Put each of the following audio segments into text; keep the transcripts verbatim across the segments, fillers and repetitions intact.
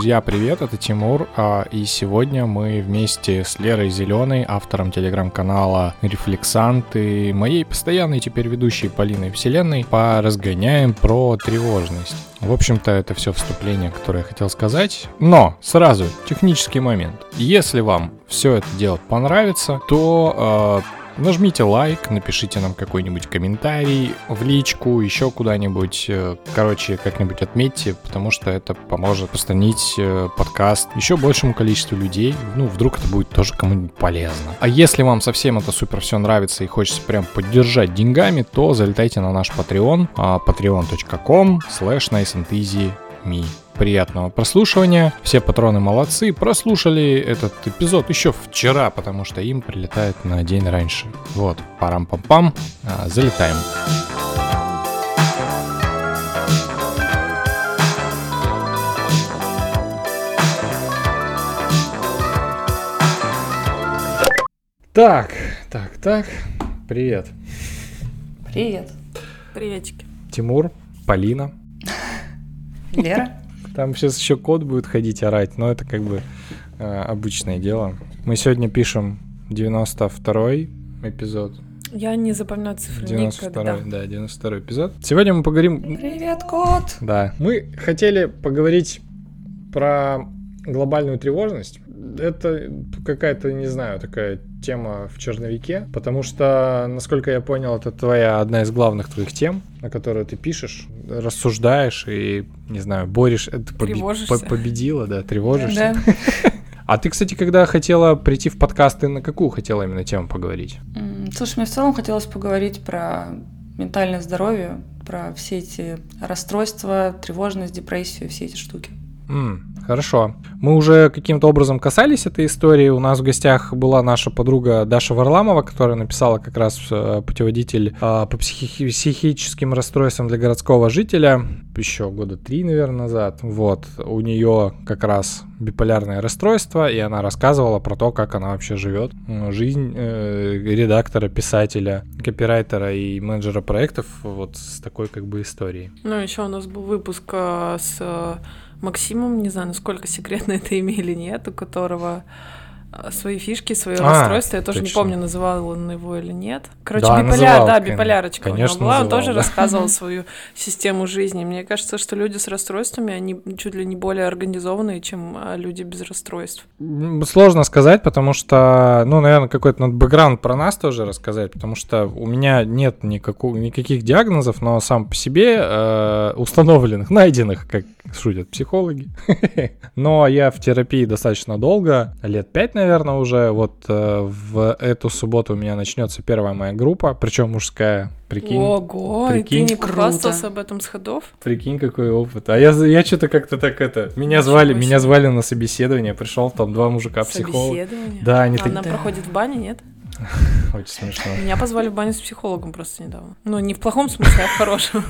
Друзья, привет, это Тимур, и сегодня мы вместе с Лерой Зеленой, автором телеграм-канала Рефлексант, и моей постоянной теперь ведущей Полиной Вселенной, поразгоняем про тревожность. В общем-то, это все вступление, которое я хотел сказать. Но сразу технический момент. Если вам все это дело понравится, то э, нажмите лайк, напишите нам какой-нибудь комментарий в личку, еще куда-нибудь. Короче, как-нибудь отметьте, потому что это поможет распространить подкаст еще большему количеству людей. Ну, вдруг это будет тоже кому-нибудь полезно. А если вам совсем это супер все нравится и хочется прям поддержать деньгами, то залетайте на наш Patreon, patreon точка com слэш nice and easy me. Приятного прослушивания. Все патроны молодцы. Прослушали этот эпизод еще вчера, потому что им прилетает на день раньше. Вот, парам-пам-пам. А, залетаем. Так, так, так. Привет. Привет. Приветики. Тимур, Полина. Лера. Там сейчас еще кот будет ходить орать, но это как бы э, обычное дело. Мы сегодня пишем девяносто второй эпизод. Я не запоминаю цифры девяносто второй, никогда. да, девяносто второй эпизод. Сегодня мы поговорим... Привет, кот! Да. Мы хотели поговорить про глобальную тревожность. Это какая-то, не знаю, такая тема в черновике, потому что, насколько я понял, это твоя одна из главных твоих тем, на которую ты пишешь, рассуждаешь и, не знаю, борешь, это Тревожишься. Побе- победила, да, тревожишься. Да. А ты, кстати, когда хотела прийти в подкаст, ты на какую хотела именно тему поговорить? Слушай, мне в целом хотелось поговорить про ментальное здоровье, про все эти расстройства, тревожность, депрессию, все эти штуки. Mm, хорошо. Мы уже каким-то образом касались этой истории. У нас в гостях была наша подруга Даша Варламова, которая написала как раз путеводитель по психи- психическим расстройствам для городского жителя еще года три, наверное, назад. Вот. У нее как раз биполярное расстройство, и она рассказывала про то, как она вообще живет. Жизнь э, редактора, писателя, копирайтера и менеджера проектов вот с такой как бы историей. Ну, еще у нас был выпуск э, с э, Максимом, не знаю, насколько секретно это имя или нет, у которого свои фишки, свои а, расстройства. Я тоже точно. Не помню, называл он его или нет. Короче, да, биполяр, называл, да, биполярочка конечно, у него была. Называл, он тоже да. рассказывал свою систему жизни. Мне кажется, что люди с расстройствами, они чуть ли не более организованные, чем люди без расстройств. Сложно сказать, потому что, ну, наверное, какой-то надо бэкграунд про нас тоже рассказать, потому что у меня нет никакого, никаких диагнозов, но сам по себе э, установленных, найденных, как шутят психологи. Но я в терапии достаточно долго, лет пять, наверное, уже. Вот э, в эту субботу у меня начнется первая моя группа, причем мужская. Прикинь. Ого, прикинь. И ты не похвастался об этом с ходов? Прикинь, какой опыт. А я, я что-то как-то так это... Меня Ничего звали, себе. меня звали на собеседование, пришел там два мужика-психолога. Собеседование? Да, они Она так... проходит в бане, нет? Очень смешно. Меня позвали в баню с психологом просто недавно. Ну, не в плохом смысле, а в хорошем.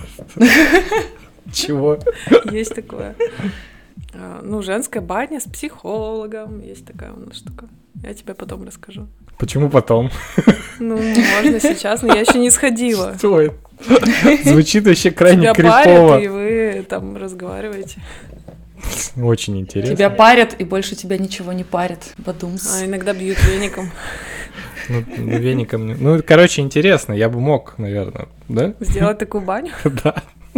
Чего? Есть такое. Ну, женская баня с психологом. Есть такая у нас штука. Я тебе потом расскажу. Почему потом? Ну, можно сейчас, но я еще не сходила. Стоит. Звучит вообще крайне Тебя крипово. парят, и вы там разговариваете. Очень интересно. Тебя парят, и больше тебя ничего не парят. Бадумс. А иногда бьют веником. Ну, веником... не- Ну, короче, интересно. Я бы мог, наверное, да? Сделать такую баню? Да.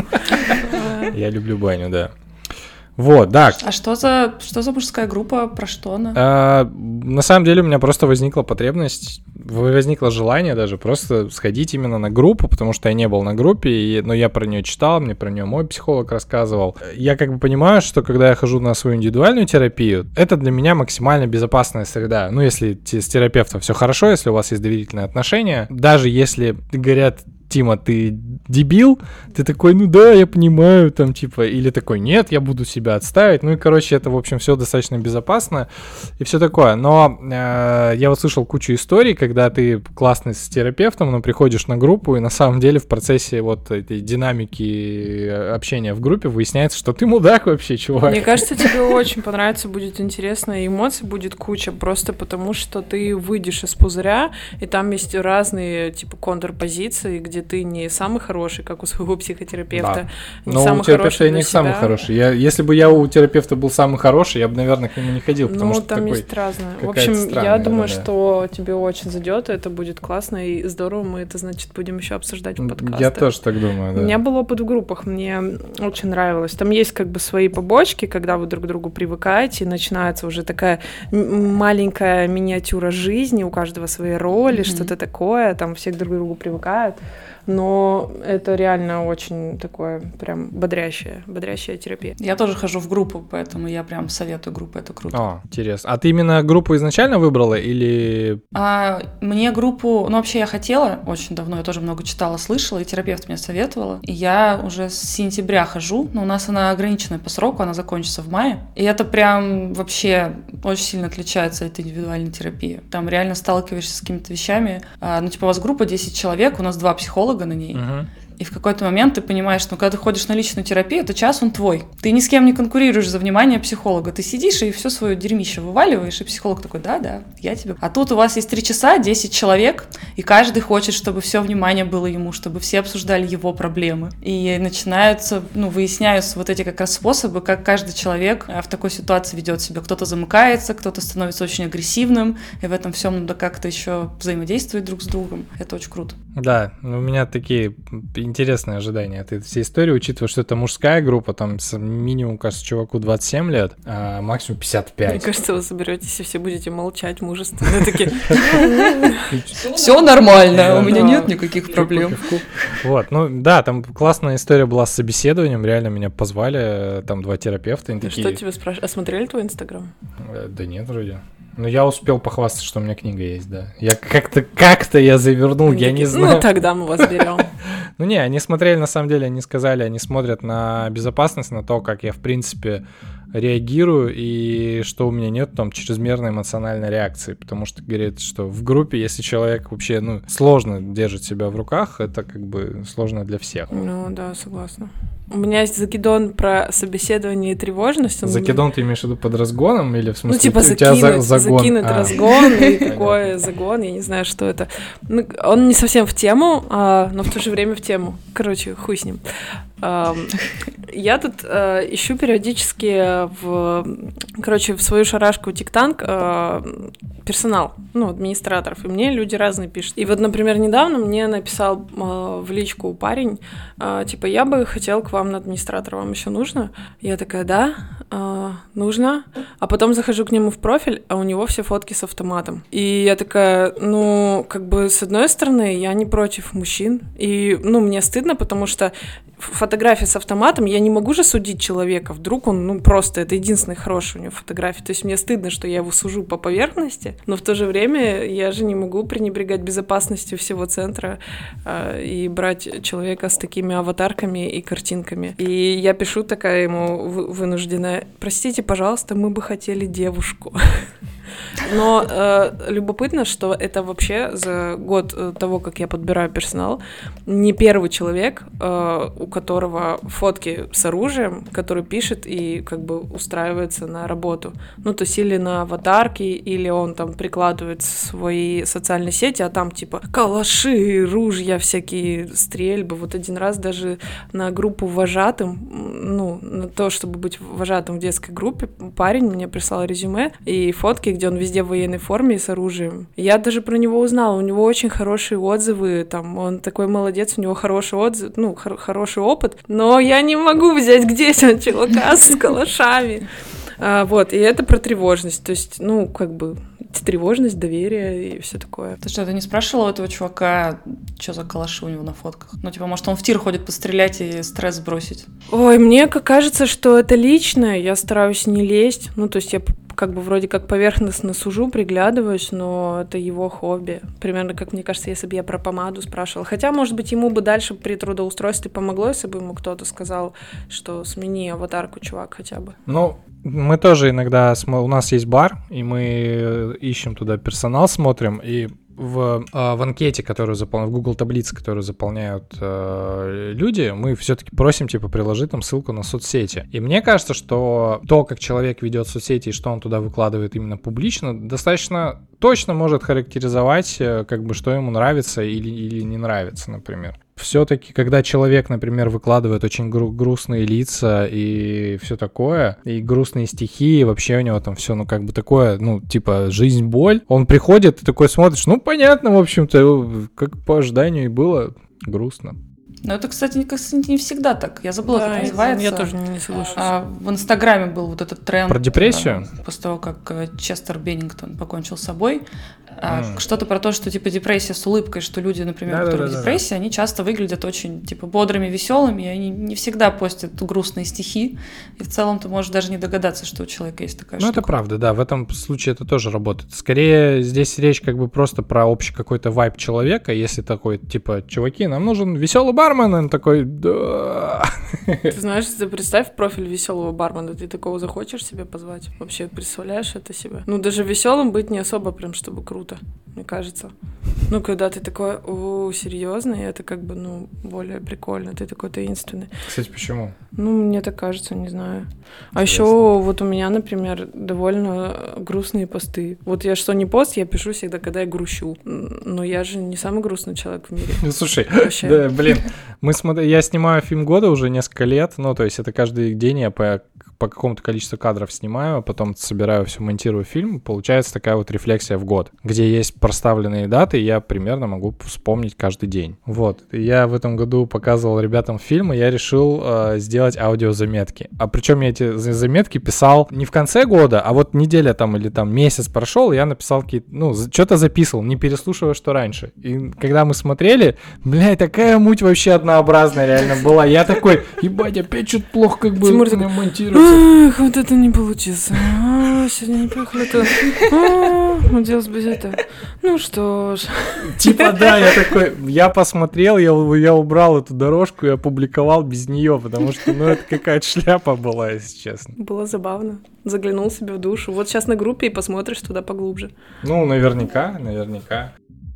Я люблю баню, да. Вот, да. А что за, что за мужская группа? Про что она? А, на самом деле у меня просто возникла потребность, возникло желание даже просто сходить именно на группу, потому что я не был на группе, и, но я про нее читал, мне про нее мой психолог рассказывал. Я как бы понимаю, что когда я хожу на свою индивидуальную терапию, это для меня максимально безопасная среда. Ну, если с терапевтом все хорошо, если у вас есть доверительные отношения, даже если говорят: Тима, ты дебил? Ты такой: ну да, я понимаю, там, типа, или такой: нет, я буду себя отставить. Ну и, короче, это, в общем, все достаточно безопасно и все такое. Но э, я вот слышал кучу историй, когда ты классный с терапевтом, но приходишь на группу, и на самом деле в процессе вот этой динамики общения в группе выясняется, что ты мудак вообще, чувак. Мне кажется, тебе очень понравится, будет интересно, и эмоций будет куча, просто потому что ты выйдешь из пузыря, и там есть разные, типа, контрпозиции, где где ты не самый хороший, как у своего психотерапевта, да. не Но самый у терапевта хороший я не для самый себя. хороший. Я, если бы я у терапевта был самый хороший, я бы, наверное, к нему не ходил, потому ну, что там такой, есть разное. В общем, я думаю, да. что тебе очень зайдет, это будет классно и здорово. Мы это, значит, будем еще обсуждать в подкастах. Я тоже так думаю, да. У меня был опыт в группах, мне очень нравилось. Там есть как бы свои побочки, когда вы друг к другу привыкаете, и начинается уже такая маленькая миниатюра жизни, у каждого свои роли, mm-hmm. что-то такое, там все друг к другу привыкают. Но это реально очень такое прям бодрящая, бодрящая терапия. Я тоже хожу в группу, поэтому я прям советую группу, это круто. О, интересно. А ты именно группу изначально выбрала или... А, мне группу, ну вообще я хотела очень давно, я тоже много читала, слышала, и терапевт мне советовала. И я уже с сентября хожу, но у нас она ограниченная по сроку, она закончится в мае. И это прям вообще очень сильно отличается от индивидуальной терапии. Там реально сталкиваешься с какими-то вещами. А, ну типа у вас группа десять человек, у нас два психолога на ней. Uh-huh. И в какой-то момент ты понимаешь, что когда ты ходишь на личную терапию, то час он твой. Ты ни с кем не конкурируешь за внимание психолога. Ты сидишь и все свое дерьмище вываливаешь, и психолог такой, да-да, я тебе. А тут у вас есть три часа, десять человек, и каждый хочет, чтобы все внимание было ему, чтобы все обсуждали его проблемы. И начинаются, ну, выясняются вот эти как раз способы, как каждый человек в такой ситуации ведет себя. Кто-то замыкается, кто-то становится очень агрессивным, и в этом всем надо как-то еще взаимодействовать друг с другом. Это очень круто. Да, у меня такие интересные ожидания от этой всей истории, учитывая, что это мужская группа, там минимум, кажется, чуваку двадцать семь лет, а максимум пятьдесят пять. Мне кажется, вы соберетесь и все будете молчать мужественно, такие... Все нормально, у меня нет никаких проблем. Вот, ну да, там классная история была с собеседованием, реально меня позвали, там два терапевта. Что тебе спрашивают? А смотрели твой Инстаграм? Да нет, вроде. Ну, я успел похвастаться, что у меня книга есть, да. Я как-то, как-то я завернул, они я такие, не знаю. Ну, тогда мы вас берем. Ну, не, они смотрели, на самом деле, они сказали, они смотрят на безопасность, на то, как я, в принципе, реагирую, и что у меня нет там чрезмерной эмоциональной реакции, потому что говорит, что в группе, если человек вообще, ну, сложно держит себя в руках, это как бы сложно для всех. Ну, да, согласна. У меня есть закидон про собеседование и тревожность. Он закидон ты имеешь в виду под разгоном или в смысле? Ну, типа закинуть, за, загон? закинуть а. разгон и такой загон, я не знаю, что это. Ну, он не совсем в тему, а, но в то же время в тему. Короче, хуй с ним. Я тут э, ищу периодически в, короче, в свою шарашку тик-танк э, персонал, ну, администраторов, и мне люди разные пишут. И вот, например, недавно мне написал э, в личку парень, э, типа, я бы хотел к вам на администратора, вам еще нужно? Я такая, да, э, нужно. А потом захожу к нему в профиль, а у него все фотки с автоматом. И я такая, ну, как бы, с одной стороны, я не против мужчин, и, ну, мне стыдно, потому что фотография с автоматом, я не могу же судить человека, вдруг он, ну, просто, это единственная хорошая у него фотография, то есть мне стыдно, что я его сужу по поверхности, но в то же время я же не могу пренебрегать безопасностью всего центра э, и брать человека с такими аватарками и картинками. И я пишу такая ему вынужденная, простите, пожалуйста, мы бы хотели девушку. Но э, любопытно, что это вообще за год того, как я подбираю персонал, не первый человек, э, у которого фотки с оружием, который пишет и как бы устраивается на работу. Ну, то есть или на аватарке, или он там прикладывает свои социальные сети, а там типа калаши, ружья, всякие стрельбы. Вот один раз даже на группу вожатым, ну, на то, чтобы быть вожатым в детской группе, парень мне прислал резюме и фотки, где он везде в военной форме и с оружием. Я даже про него узнала, у него очень хорошие отзывы, там, он такой молодец, у него хороший отзыв, ну, хор- хороший опыт, но я не могу взять, где он чувака с калашами. А, вот, и это про тревожность, то есть, ну, как бы, тревожность, доверие и все такое. Ты что, ты не спрашивала у этого чувака, что за калаши у него на фотках? Ну, типа, может, он в тир ходит пострелять и стресс сбросить? Ой, мне кажется, что это личное, я стараюсь не лезть, ну, то есть я как бы вроде как поверхностно сужу, приглядываюсь, но это его хобби. Примерно, как мне кажется, если бы я про помаду спрашивала. Хотя, может быть, ему бы дальше при трудоустройстве помогло, если бы ему кто-то сказал, что смени аватарку, чувак, хотя бы. Ну, мы тоже иногда, у нас есть бар, и мы ищем туда персонал, смотрим, и в, в анкете, которую заполняют, в Google таблице, которую заполняют э, люди, мы все-таки просим, типа, приложить там ссылку на соцсети. И мне кажется, что то, как человек ведет соцсети и что он туда выкладывает именно публично, достаточно точно может характеризовать, как бы, что ему нравится или, или не нравится, например. все-таки, когда человек, например, выкладывает очень гру- грустные лица и все такое, и грустные стихи, и вообще у него там все, ну, как бы такое, ну, типа, жизнь, боль, он приходит, и такой смотришь, ну, понятно, в общем-то, как по ожиданию и было, грустно. Ну, это, кстати, не всегда так. Я забыла, да, как называется. Я тоже не соглашусь. А, в Инстаграме был вот этот тренд. Про депрессию? А, после того, как Честер Беннингтон покончил с собой. А, mm. Что-то про то, что, типа, депрессия с улыбкой, что люди, например, да, которые да, да, в депрессии, да. они часто выглядят очень, типа, бодрыми, веселыми, и они не всегда постят грустные стихи, и в целом ты можешь даже не догадаться, что у человека есть такая ну, штука. Ну, это правда, да, в этом случае это тоже работает. Скорее, здесь речь как бы просто про общий какой-то вайб человека, если такой, типа, чуваки, нам нужен веселый бармен, он такой, да. Ты знаешь, ты представь профиль веселого бармена, ты такого захочешь себе позвать? Вообще, представляешь это себе? Ну, даже веселым быть не особо прям, чтобы круто. Мне кажется. Ну, когда ты такой, о, серьезный, это как бы, ну, более прикольно, ты такой таинственный. Кстати, почему? Ну, мне так кажется, не знаю. А еще вот у меня, например, довольно грустные посты. Вот я что не пост, я пишу всегда, когда я грущу. Но я же не самый грустный человек в мире. Ну, слушай, да, блин, мы смотри, я снимаю фильм года уже несколько лет, ну, то есть это каждый день я по по какому-то количеству кадров снимаю, а потом собираю все, монтирую фильм, получается такая вот рефлексия в год, где есть проставленные даты, и я примерно могу вспомнить каждый день. Вот, я в этом году показывал ребятам фильм, и я решил э, сделать аудиозаметки. А причем я эти заметки писал не в конце года, а вот неделя там или там месяц прошел, и я написал какие-то, ну, что-то записывал, не переслушивая, что раньше. И когда мы смотрели, блядь, такая муть вообще однообразная реально была. Я такой, ебать, опять что-то плохо как бы монтируется. Эх, вот это не получится. А, сегодня не поехали, то... А, делать без этого. Ну что ж. Типа, да, я такой, я посмотрел, я, я убрал эту дорожку и опубликовал без нее, потому что, ну, это какая-то шляпа была, если честно. Было забавно. Заглянул себе в душу. Вот сейчас на группе и посмотришь туда поглубже. Ну, наверняка, наверняка.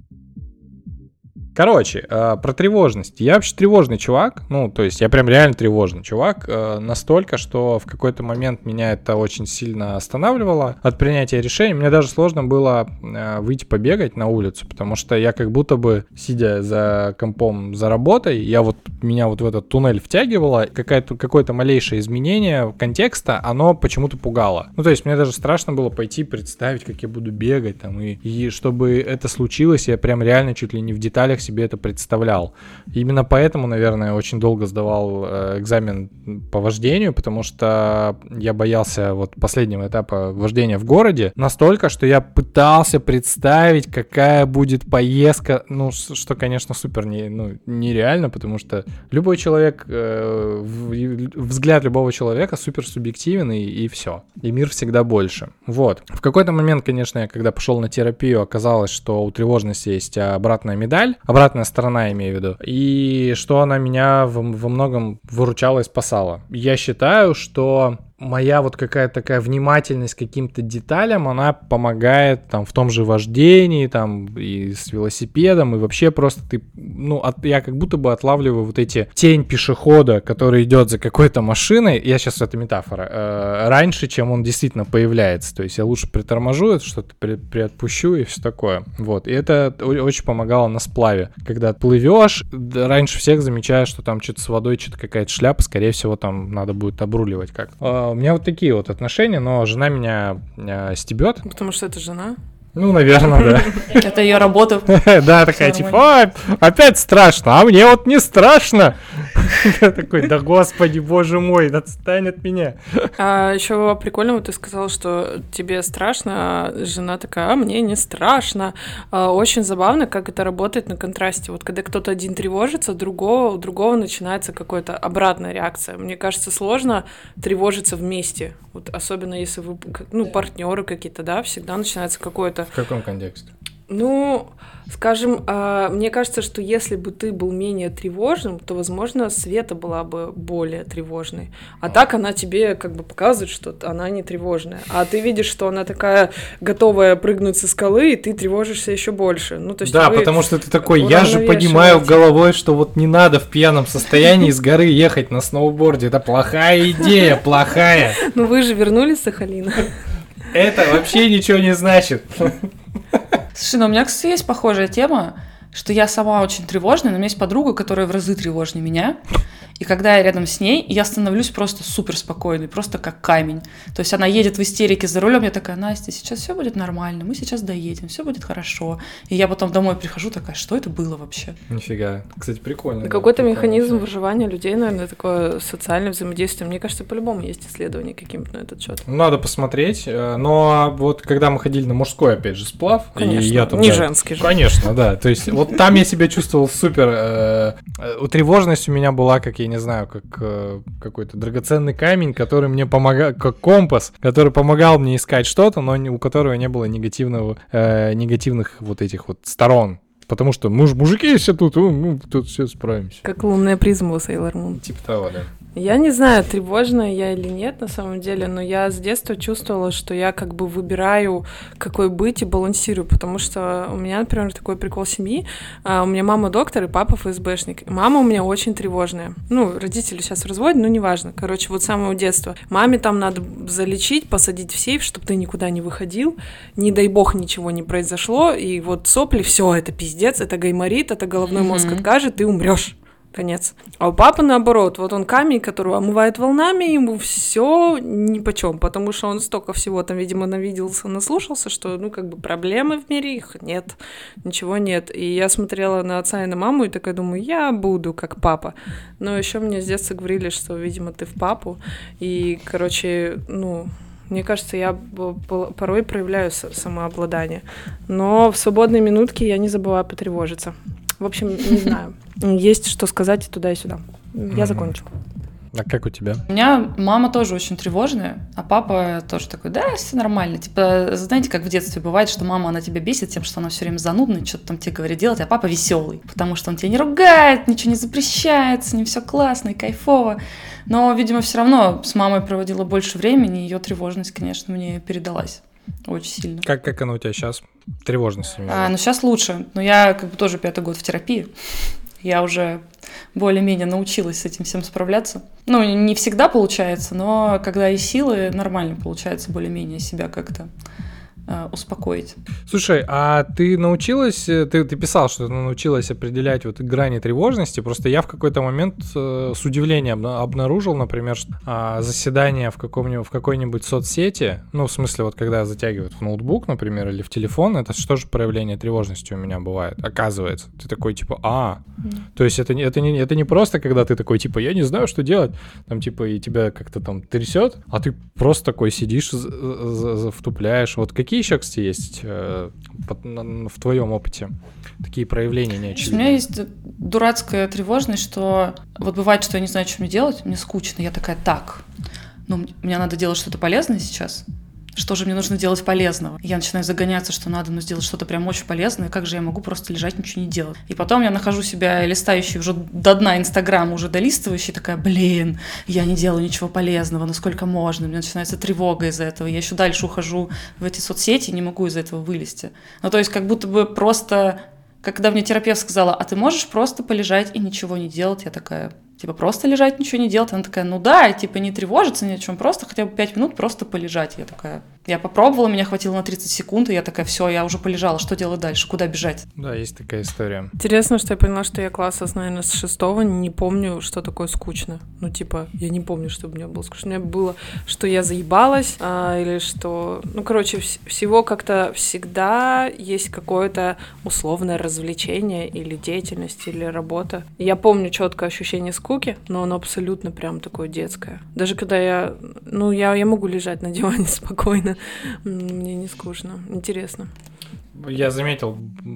Короче, э, про тревожность. Я вообще тревожный чувак, ну, то есть я прям реально тревожный чувак, э, настолько, что в какой-то момент меня это очень сильно останавливало от принятия решений. Мне даже сложно было э, выйти побегать на улицу, потому что я как будто бы, сидя за компом, за работой, я вот, меня вот в этот туннель втягивало, какое-то, какое-то малейшее изменение контекста, оно почему-то пугало. Ну, то есть мне даже страшно было пойти представить, как я буду бегать там, и, и чтобы это случилось, я прям реально чуть ли не в деталях себе это представлял. И именно поэтому, наверное, очень долго сдавал э, экзамен по вождению, потому что я боялся вот последнего этапа вождения в городе настолько, что я пытался представить, какая будет поездка, ну, что, конечно, супер не, ну, нереально, потому что любой человек, э, взгляд любого человека супер субъективен, и, и все. И мир всегда больше. Вот. В какой-то момент, конечно, я когда пошел на терапию, оказалось, что у тревожности есть обратная медаль, обратная сторона, я имею в виду, и что она меня во, во многом выручала и спасала. Я считаю, что моя вот какая-то такая внимательность к каким-то деталям, она помогает там в том же вождении, там и с велосипедом, и вообще просто ты, ну, от, я как будто бы отлавливаю вот эти тень пешехода, который идет за какой-то машиной, я сейчас, это метафора, э, раньше, чем он действительно появляется, то есть я лучше приторможу, что-то при, приотпущу и все такое, вот, и это очень помогало на сплаве, когда плывешь, раньше всех замечаешь, что там что-то с водой, что-то какая-то шляпа, скорее всего, там надо будет обруливать как-то. У меня вот такие вот отношения, но жена меня э, стебет. Потому что это жена? Ну, наверное, да. Это ее работа. Да, такая типа, опять страшно, а мне вот не страшно. Я такой, да господи, боже мой, отстань от меня. А еще прикольно, вот ты сказала, что тебе страшно, а жена такая, а мне не страшно. Очень забавно, как это работает на контрасте. Вот когда кто-то один тревожится, другого, у другого начинается какая-то обратная реакция. Мне кажется, сложно тревожиться вместе. Вот особенно если вы, ну, партнеры какие-то, да, всегда начинается какое-то. В каком контексте? Ну, скажем, мне кажется, что если бы ты был менее тревожным, то, возможно, Света была бы более тревожной. А так она тебе как бы показывает, что она не тревожная. А ты видишь, что она такая готовая прыгнуть со скалы, и ты тревожишься еще больше. Ну, то есть да, потому что ты такой, я же понимаю головой, что вот не надо в пьяном состоянии с горы ехать на сноуборде. Это плохая идея, плохая. Ну, вы же вернулись с Сахалина. Это вообще ничего не значит. Слушай, ну у меня, кстати, есть похожая тема. что я сама очень тревожная, но у меня есть подруга, которая в разы тревожнее меня. И когда я рядом с ней, я становлюсь просто супер спокойной, просто как камень. То есть она едет в истерике за рулем, я такая: Настя, сейчас все будет нормально, мы сейчас доедем, все будет хорошо. И я потом домой прихожу такая: что это было вообще? Нифига. Кстати, прикольно. Да, какой-то механизм вообще выживания людей, наверное, такое социальное взаимодействие. Мне кажется, по-любому есть исследования каким-то на этот счет. Надо посмотреть. Но вот когда мы ходили на мужской, опять же, сплав, конечно, и я туда... не женский же. Конечно, да. То есть вот там я себя чувствовал супер. Э, тревожность у меня была, как я не знаю, как э, какой-то драгоценный камень, который мне помогал, как компас, который помогал мне искать что-то, но у которого не было негативного, э, негативных вот этих вот сторон. Потому что мы же мужики все тут, мы тут все справимся. Как лунная призма у Sailor Moon. Типа того, да. Я не знаю, тревожная я или нет на самом деле, но я с детства чувствовала, что я как бы выбираю, какой быть, и балансирую, потому что у меня, например, такой прикол семьи. У меня мама доктор и папа эф эс бэшник. Мама у меня очень тревожная. Ну, родители сейчас в разводе, но неважно. Короче, вот с самого детства. Маме там надо залечить, посадить в сейф, чтобы ты никуда не выходил. Не дай бог ничего не произошло, и вот сопли, все, это пиздец, это гайморит, это головной мозг mm-hmm. откажет, ты умрешь. Конец. А у папы наоборот, вот он камень, которого омывает волнами, ему все нипочем, потому что он столько всего там, видимо, навиделся, наслушался, что, ну, как бы проблемы в мире их нет, ничего нет. И я смотрела на отца и на маму и такая думаю, я буду как папа. Но еще мне с детства говорили, что, видимо, ты в папу. И, короче, ну... Мне кажется, я порой проявляю самообладание. Но в свободные минутки я не забываю потревожиться. В общем, не знаю. Есть что сказать и туда, и сюда. Я закончила. А как у тебя? У меня мама тоже очень тревожная, а папа тоже такой: да, все нормально. Типа, знаете, как в детстве бывает, что мама, она тебя бесит тем, что она все время занудная, что-то там тебе говорит делать, а папа веселый, потому что он тебя не ругает, ничего не запрещает, с ним все классно и кайфово. Но, видимо, все равно с мамой проводила больше времени, ее тревожность, конечно, мне передалась очень сильно. Как, как она у тебя сейчас? Тревожность? А, ну, сейчас лучше. Но я как бы тоже пятый год в терапии. Я уже более-менее научилась с этим всем справляться. Ну, не всегда получается, но когда есть силы, нормально получается более-менее себя как-то э, успокоить. Слушай, а ты научилась, ты, ты писал, что ты научилась определять вот грани тревожности, просто я в какой-то момент э, с удивлением обнаружил, например, что, э, заседание в, каком-нибудь, в какой-нибудь соцсети, ну, в смысле, вот когда затягивают в ноутбук, например, или в телефон, это что же проявление тревожности у меня бывает, оказывается. Ты такой, типа, а, mm. то есть это, это, не, это не просто, когда ты такой, типа, я не знаю, что делать, там, типа, и тебя как-то там трясет, а ты просто такой сидишь, втупляешь. Вот какие еще, кстати, есть э, в твоем опыте такие проявления неочевидные? У меня есть дурацкая тревожность, что вот бывает, что я не знаю, что мне делать, мне скучно, я такая: так, ну, мне надо делать что-то полезное сейчас, что же мне нужно делать полезного? Я начинаю загоняться, что надо ну, сделать что-то прям очень полезное, как же я могу просто лежать, ничего не делать? И потом я нахожу себя листающей уже до дна Инстаграма, уже долистывающей, такая: блин, я не делаю ничего полезного, ну сколько можно? У меня начинается тревога из-за этого. Я еще дальше ухожу в эти соцсети и не могу из этого вылезти. Ну, то есть как будто бы просто... Когда мне терапевт сказала: а ты можешь просто полежать и ничего не делать? Я такая... Типа, просто лежать, ничего не делать. Она такая: ну да, типа, не тревожиться ни о чем, просто хотя бы пять минут просто полежать. Я такая... Я попробовала, меня хватило на тридцать секунд, и я такая: все, я уже полежала, что делать дальше, куда бежать? Да, есть такая история. Интересно, что я поняла, что я класса, наверное, с шестого не помню, что такое скучно. Ну, типа, я не помню, чтобы мне было скучно. У меня было, что я заебалась, а, или что... Ну, короче, вс- всего как-то всегда есть какое-то условное развлечение или деятельность, или работа. Я помню четко ощущение скуки, но оно абсолютно прям такое детское. Даже когда я... Ну, я, я могу лежать на диване спокойно. Мне не скучно. Интересно. Я заметил...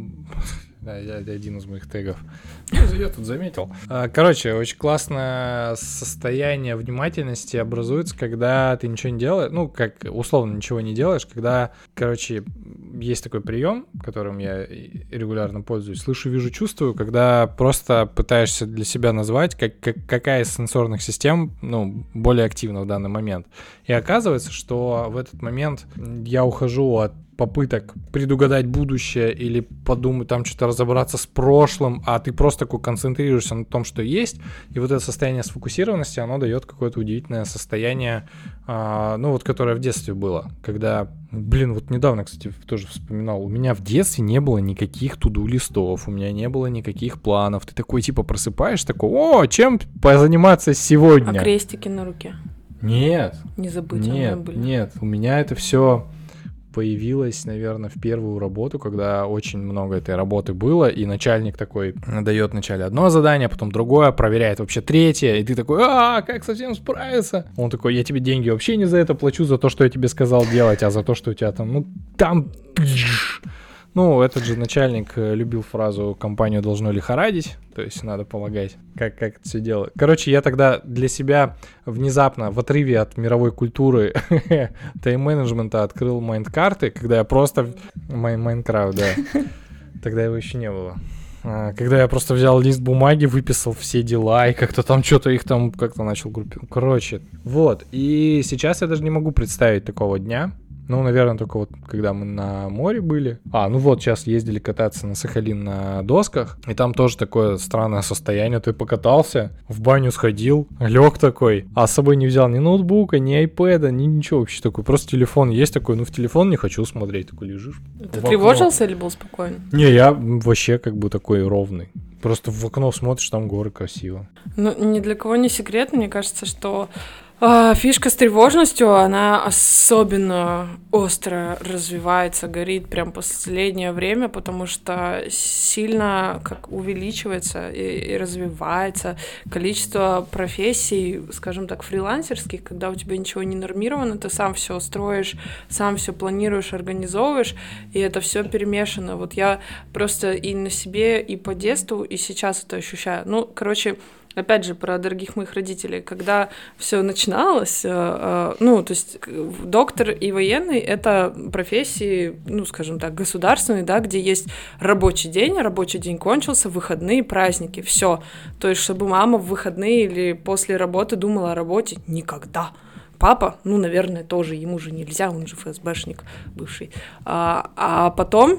Да, я один из моих тегов. Я тут заметил. Короче, очень классное состояние внимательности образуется, когда ты ничего не делаешь, ну, как условно ничего не делаешь, когда, короче, есть такой прием, которым я регулярно пользуюсь, слышу, вижу, чувствую, когда просто пытаешься для себя назвать, как, как, какая из сенсорных систем, ну, более активна в данный момент. И оказывается, что в этот момент я ухожу от попыток предугадать будущее или подумать, там что-то разобраться с прошлым, а ты просто такой концентрируешься на том, что есть, и вот это состояние сфокусированности, оно дает какое-то удивительное состояние, а, ну вот, которое в детстве было, когда, блин, вот недавно, кстати, тоже вспоминал, у меня в детстве не было никаких ту-ду листов, у меня не было никаких планов, ты такой типа просыпаешь, такой, о, чем позаниматься сегодня? А крестики на руке? Нет. Не забыть. Нет, были. Нет, у меня это все появилось, наверное, в первую работу, когда очень много этой работы было, и начальник такой дает вначале одно задание, потом другое, проверяет вообще третье, и ты такой, а, как совсем справиться? Он такой, я тебе деньги вообще не за это плачу, за то, что я тебе сказал делать, а за то, что у тебя там, ну, там... Ну, этот же начальник любил фразу «компанию должно лихорадить», то есть надо полагать, как, как это все делать. Короче, я тогда для себя внезапно в отрыве от мировой культуры тайм-менеджмента открыл майнд-карты, когда я просто... Майнкрафт, да. Тогда его еще не было. Когда я просто взял лист бумаги, выписал все дела и как-то там что-то их там как-то начал группировать. Короче, вот. И сейчас я даже не могу представить такого дня. Ну, наверное, только вот когда мы на море были. А, ну вот, сейчас ездили кататься на Сахалин на досках. И там тоже такое странное состояние. Ты покатался, в баню сходил, лег такой, а с собой не взял ни ноутбука, ни айпэда, ни ничего вообще такой. Просто телефон есть такой, ну в телефон не хочу смотреть. Такой лежишь. Ты тревожился или был спокоен? Не, я вообще как бы такой ровный. Просто в окно смотришь, там горы красиво. Ну, ни для кого не секрет, мне кажется, что э, фишка с тревожностью, она особенно остро развивается, горит прям последнее время, потому что сильно как увеличивается и, и развивается количество профессий, скажем так, фрилансерских, когда у тебя ничего не нормировано, ты сам все строишь, сам все планируешь, организовываешь, и это все перемешано. Вот я просто и на себе, и по детству, и сейчас это ощущаю. Ну, короче, опять же, про дорогих моих родителей. Когда все начиналось, ну, то есть доктор и военный — это профессии, ну, скажем так, государственные, да, где есть рабочий день, рабочий день кончился, выходные, праздники, все. То есть, чтобы мама в выходные или после работы думала о работе — никогда. Папа, ну, наверное, тоже, ему же нельзя, он же эф эс бэшник бывший. А, а потом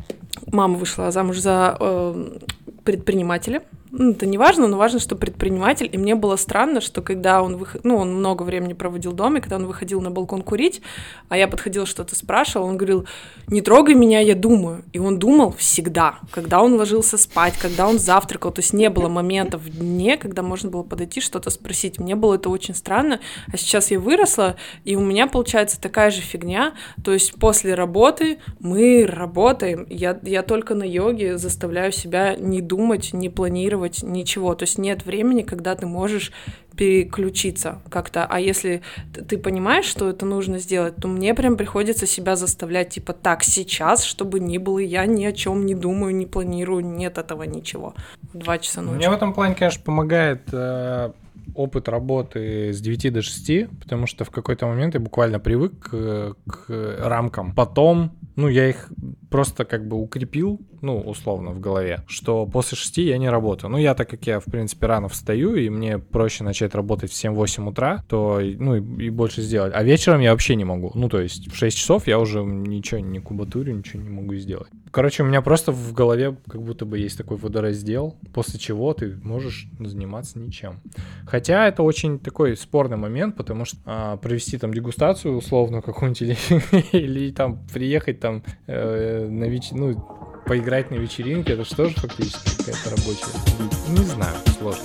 мама вышла замуж за э, предпринимателя. Ну, это не важно, но важно, что предприниматель. И мне было странно, что когда он выход... ну, он много времени проводил дома, и когда он выходил на балкон курить, а я подходила, что-то спрашивала, он говорил: не трогай меня, я думаю. И он думал всегда, когда он ложился спать, когда он завтракал. То есть не было момента в дне, когда можно было подойти, что-то спросить. Мне было это очень странно. А сейчас я выросла, и у меня получается такая же фигня. То есть после работы мы работаем. Я, я только на йоге заставляю себя не думать, не планировать, ничего, то есть нет времени, когда ты можешь переключиться как-то, а если ты понимаешь, что это нужно сделать, то мне прям приходится себя заставлять, типа, так, сейчас, чтобы ни было, я ни о чем не думаю, не планирую, нет этого ничего. Два часа ночи. Мне в этом плане, конечно, помогает э, опыт работы с девяти до шести, потому что в какой-то момент я буквально привык к, к рамкам. Потом, ну, я их просто как бы укрепил, ну, условно, в голове, что после шести я не работаю. Ну, я, так как я, в принципе, рано встаю, и мне проще начать работать в семь-восемь утра, то, ну, и, и больше сделать. А вечером я вообще не могу. Ну, то есть в шесть часов я уже ничего не кубатурю, ничего не могу сделать. Короче, у меня просто в голове как будто бы есть такой водораздел, после чего ты можешь заниматься ничем. Хотя это очень такой спорный момент, потому что а, провести там дегустацию условно какую-нибудь или, или там приехать там э, на вечер, ну, поиграть на вечеринке, это же тоже фактически какая-то рабочая. Не знаю, сложно.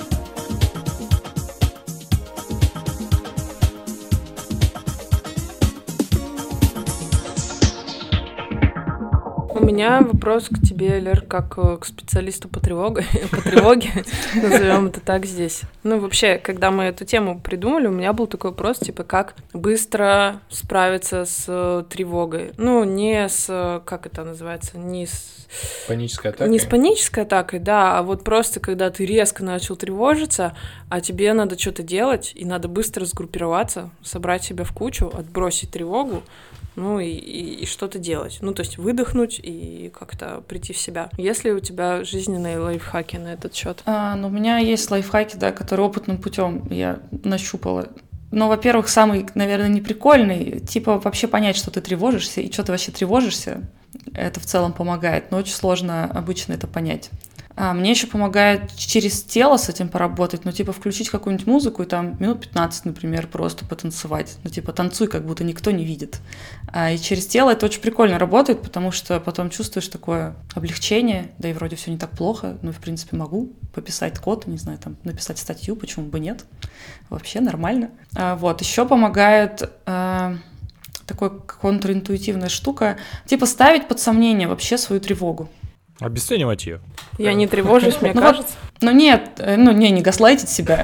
У меня вопрос к тебе, Лер, как к специалисту по тревоге, по тревоге, назовем это так здесь. Ну, вообще, когда мы эту тему придумали, у меня был такой вопрос, типа, как быстро справиться с тревогой. Ну, не с, как это называется, не с... Панической атакой? Не с панической атакой, да, а вот просто, когда ты резко начал тревожиться, а тебе надо что-то делать, и надо быстро сгруппироваться, собрать себя в кучу, отбросить тревогу, ну и, и, и что-то делать. Ну, то есть выдохнуть и как-то прийти в себя. Есть ли у тебя жизненные лайфхаки на этот счет? А, ну, у меня есть лайфхаки, да, которые опытным путем я нащупала Ну, во-первых, самый, наверное, неприкольный, типа вообще понять, что ты тревожишься и что ты вообще тревожишься, это в целом помогает, но очень сложно обычно это понять. А мне еще помогает через тело с этим поработать, ну, типа, включить какую-нибудь музыку и там минут пятнадцать, например, просто потанцевать. Ну, типа, танцуй, как будто никто не видит. А, и через тело это очень прикольно работает, потому что потом чувствуешь такое облегчение, да и вроде все не так плохо, ну, в принципе, могу пописать код, не знаю, там, написать статью, почему бы нет. Вообще нормально. А, вот, еще помогает... А, такая контринтуитивная штука, типа ставить под сомнение вообще свою тревогу. Обесценивать ее. Я не тревожусь, мне кажется. Ну нет, ну не, не гаслайтить себя.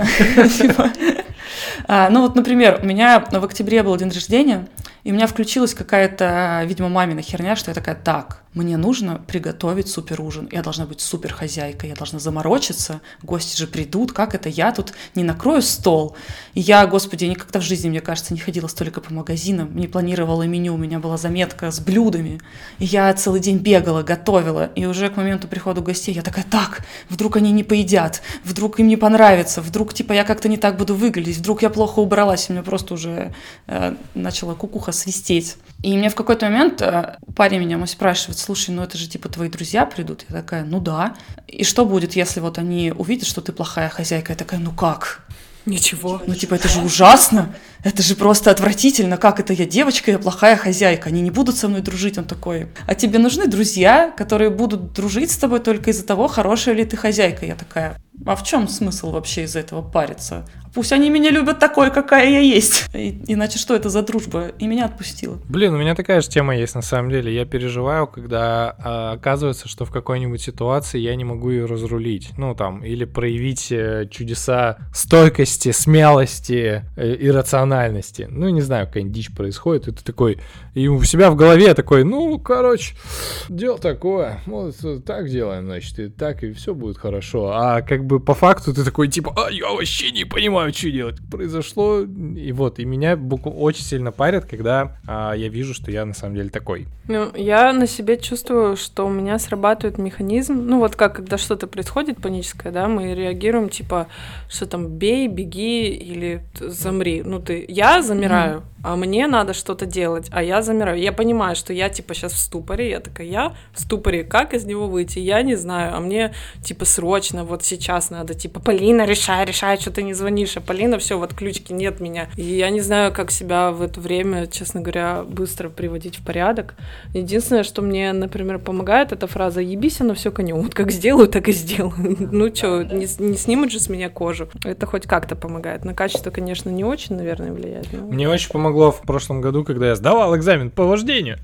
Ну вот, например, у меня в октябре был день рождения, и у меня включилась какая-то, видимо, мамина херня, что я такая, так, мне нужно приготовить супер ужин, я должна быть супер хозяйкой, я должна заморочиться, гости же придут, как это я тут не накрою стол? И я, господи, никогда в жизни, мне кажется, не ходила столько по магазинам, не планировала меню, у меня была заметка с блюдами, и я целый день бегала, готовила, и уже к моменту прихода гостей я такая, так, вдруг они не поедят, вдруг им не понравится, вдруг, типа, я как-то не так буду выглядеть, вдруг я плохо убралась, и у меня просто уже э, начала кукуха свистеть. И мне в какой-то момент э, парень меня мой спрашивает, слушай, ну это же типа твои друзья придут? Я такая, ну да. И что будет, если вот они увидят, что ты плохая хозяйка? Я такая, ну как? Ничего. Ну типа это же ужасно, это же просто отвратительно, как это я девочка, я плохая хозяйка, они не будут со мной дружить, он такой. А тебе нужны друзья, которые будут дружить с тобой только из-за того, хорошая ли ты хозяйка? Я такая, а в чем смысл вообще из-за этого париться? Пусть они меня любят такой, какая я есть. И, иначе что это за дружба? И меня отпустила. Блин, у меня такая же тема есть на самом деле. Я переживаю, когда а, оказывается, что в какой-нибудь ситуации я не могу ее разрулить. Ну там, или проявить э, чудеса стойкости, смелости, э, иррациональности. Ну, не знаю, какая-нибудь дичь происходит, и ты такой... И у себя в голове такой, ну, короче, дело такое. Вот так делаем, значит, и так, и все будет хорошо. А как бы по факту ты такой, типа, а я вообще не понимаю, что делать. Произошло, и вот, и меня буквально очень сильно парят, когда а, я вижу, что я на самом деле такой. Ну, я на себе чувствую, что у меня срабатывает механизм, ну, вот как, когда что-то происходит паническое, да, мы реагируем, типа, что там, бей, беги или замри. Ну, ты, я замираю, mm-hmm. а мне надо что-то делать, а я замираю. Я понимаю, что я, типа, сейчас в ступоре, я такая, я в ступоре, как из него выйти? Я не знаю, а мне, типа, срочно, вот сейчас надо, типа, Полина, решай, решай, что ты не звонишь, а Полина, все, в отключке нет меня. И я не знаю, как себя в это время, честно говоря, быстро приводить в порядок. Единственное, что мне, например, помогает, это фраза «ебись, оно все конем». Вот как сделаю, так и сделаю. Ну что, не, не снимут же с меня кожу. Это хоть как-то помогает. На качество, конечно, не очень, наверное, влияет. Но... Мне очень помогло в прошлом году, когда я сдавал экзамен по вождению.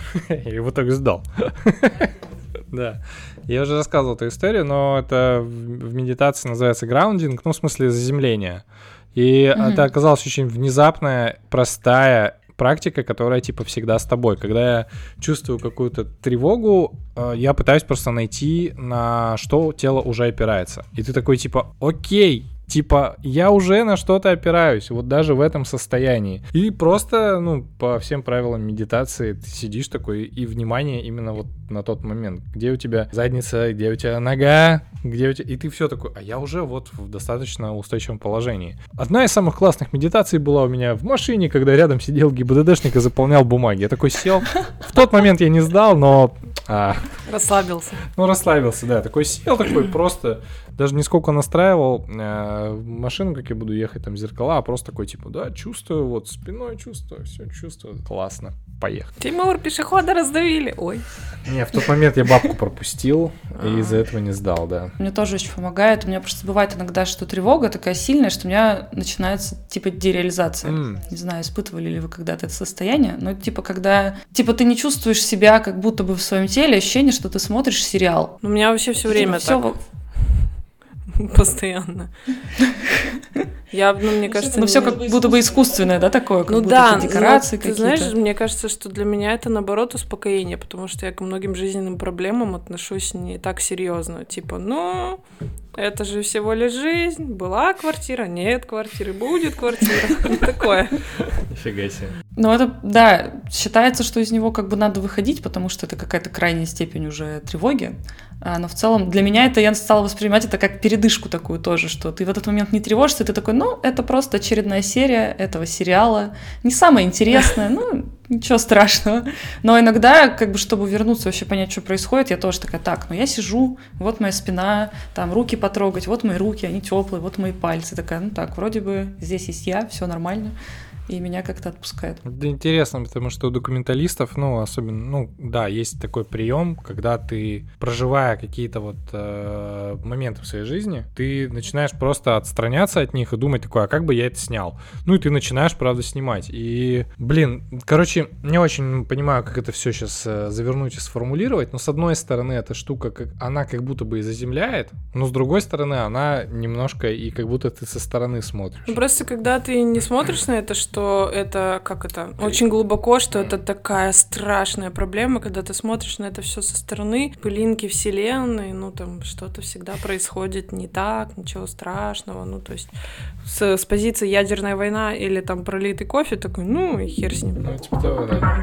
И в итоге сдал. Да. Я уже рассказывал эту историю, но это в медитации называется граундинг, ну, в смысле заземление. И mm-hmm. это оказалось очень внезапная, простая практика, которая, типа, всегда с тобой. Когда я чувствую какую-то тревогу, я пытаюсь просто найти, на что тело уже опирается. И ты такой, типа, окей, типа, я уже на что-то опираюсь, вот даже в этом состоянии. И просто, ну, по всем правилам медитации ты сидишь такой, и внимание именно вот на тот момент. Где у тебя задница, где у тебя нога, где у тебя... И ты все такой, а я уже вот в достаточно устойчивом положении. Одна из самых классных медитаций была у меня в машине, когда рядом сидел ГИБДДшник и заполнял бумаги. Я такой сел. В тот момент я не сдал, но... А... Расслабился. Ну, расслабился, да. Такой сел, такой просто... Даже не сколько настраивал э, машину, как я буду ехать, там, зеркала, а просто такой, типа, да, чувствую, вот, спиной чувствую, все чувствую, классно, поехали. Тимур, пешехода раздавили, ой. Не, в тот момент я бабку пропустил, и из-за этого не сдал, да. Мне тоже очень помогает, у меня просто бывает иногда, что тревога такая сильная, что у меня начинается, типа, дереализация. Mm. Не знаю, испытывали ли вы когда-то это состояние, но, типа, когда, типа, ты не чувствуешь себя как будто бы в своем теле, ощущение, что ты смотришь сериал. У меня вообще все время типа, так. Все... Постоянно. Я, ну, мне кажется... Ну, все как будто бы искусственное, да, такое? Как ну будто да, декорации ну, какие-то. Ты знаешь, мне кажется, что для меня это, наоборот, успокоение, потому что я к многим жизненным проблемам отношусь не так серьезно. Типа, ну, это же всего лишь жизнь. Была квартира, нет квартиры, будет квартира. Такое. Нифига себе. Ну, это, да, считается, что из него как бы надо выходить, потому что это какая-то крайняя степень уже тревоги. Но в целом для меня это, я стала воспринимать это как передышку такую тоже, что ты в этот момент не тревожишься, ты такой, ну, это просто очередная серия этого сериала, не самая интересная, ну, ничего страшного. Но иногда, как бы, чтобы вернуться, вообще понять, что происходит, я тоже такая, так, ну, я сижу, вот моя спина, там, руки потрогать, вот мои руки, они теплые, вот мои пальцы, такая, ну, так, вроде бы здесь есть я, все нормально. И меня как-то отпускает. Это интересно, потому что у документалистов, ну, особенно, ну, да, есть такой прием, когда ты, проживая какие-то вот э, моменты в своей жизни, ты начинаешь просто отстраняться от них и думать такое, а как бы я это снял? Ну, и ты начинаешь, правда, снимать. И, блин, короче, не очень понимаю, как это все сейчас э, завернуть и сформулировать, но с одной стороны, эта штука, как, она как будто бы и заземляет, но с другой стороны, она немножко и как будто ты со стороны смотришь. Ну, просто когда ты не смотришь на это, что это, как это, очень глубоко, что это такая страшная проблема, когда ты смотришь на это все со стороны, пылинки вселенной, ну, там, что-то всегда происходит не так, ничего страшного, ну, то есть с, с позиции ядерная война или там пролитый кофе, такой, ну, и хер с ним. Ну, типа того, да.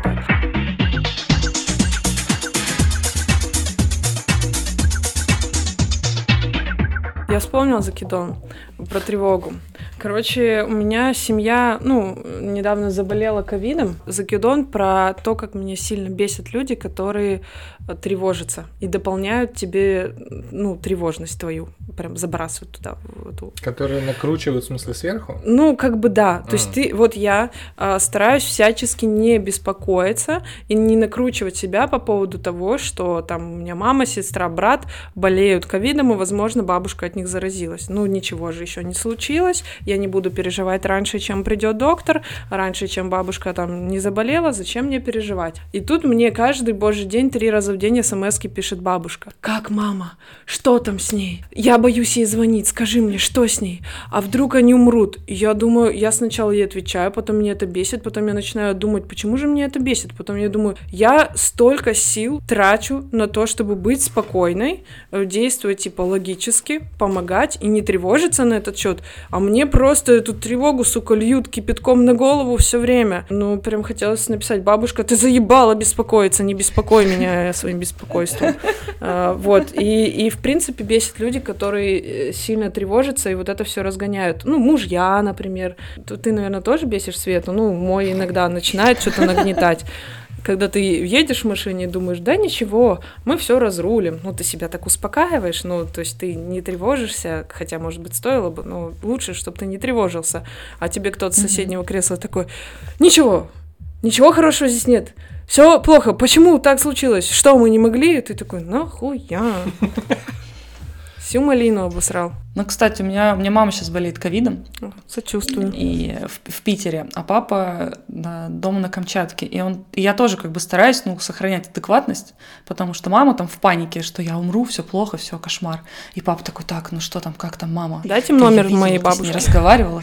Я вспомнила закидон про тревогу. Короче, у меня семья, ну, недавно заболела ковидом. Закидон про то, как меня сильно бесят люди, которые тревожатся и дополняют тебе, ну, тревожность твою, прям забрасывают туда. В эту... Которые накручивают, в смысле, сверху? Ну, как бы да. То а. есть ты, вот я а, стараюсь всячески не беспокоиться и не накручивать себя по поводу того, что там у меня мама, сестра, брат болеют ковидом, и, возможно, бабушка от них заразилась. Ну, ничего же еще не случилось. Я не буду переживать раньше, чем придет доктор, раньше, чем бабушка там не заболела, зачем мне переживать? И тут мне каждый божий день, три раза в день смс-ки пишет бабушка. Как мама? Что там с ней? Я боюсь ей звонить, скажи мне, что с ней? А вдруг они умрут? И я думаю, я сначала ей отвечаю, потом мне это бесит, потом я начинаю думать, почему же мне это бесит? Потом я думаю, я столько сил трачу на то, чтобы быть спокойной, действовать типа логически, помогать и не тревожиться на этот счет, а мне просто эту тревогу, сука, льют кипятком на голову все время. Ну, прям хотелось написать, бабушка, ты заебала беспокоиться, не беспокой меня своим беспокойством. А, вот, и, и в принципе бесит люди, которые сильно тревожатся и вот это все разгоняют. Ну, мужья, например. Ты, наверное, тоже бесишь Свету. Ну, мой иногда начинает что-то нагнетать. Когда ты едешь в машине и думаешь, да ничего, мы все разрулим. Ну, ты себя так успокаиваешь, ну, то есть ты не тревожишься, хотя, может быть, стоило бы, но лучше, чтобы ты не тревожился. А тебе кто-то с соседнего кресла такой, ничего, ничего хорошего здесь нет. Все плохо, почему так случилось? Что, мы не могли? И ты такой, нахуя? Всю малину обосрал. Ну, кстати, у меня, у меня мама сейчас болеет ковидом. Сочувствую. И в, в Питере, а папа на, дома на Камчатке. И, он, и я тоже как бы стараюсь, ну, сохранять адекватность, потому что мама там в панике, что я умру, все плохо, все кошмар. И папа такой, так, ну что там, как там мама? Дайте номер моей бабушки. Ты с ней разговаривала?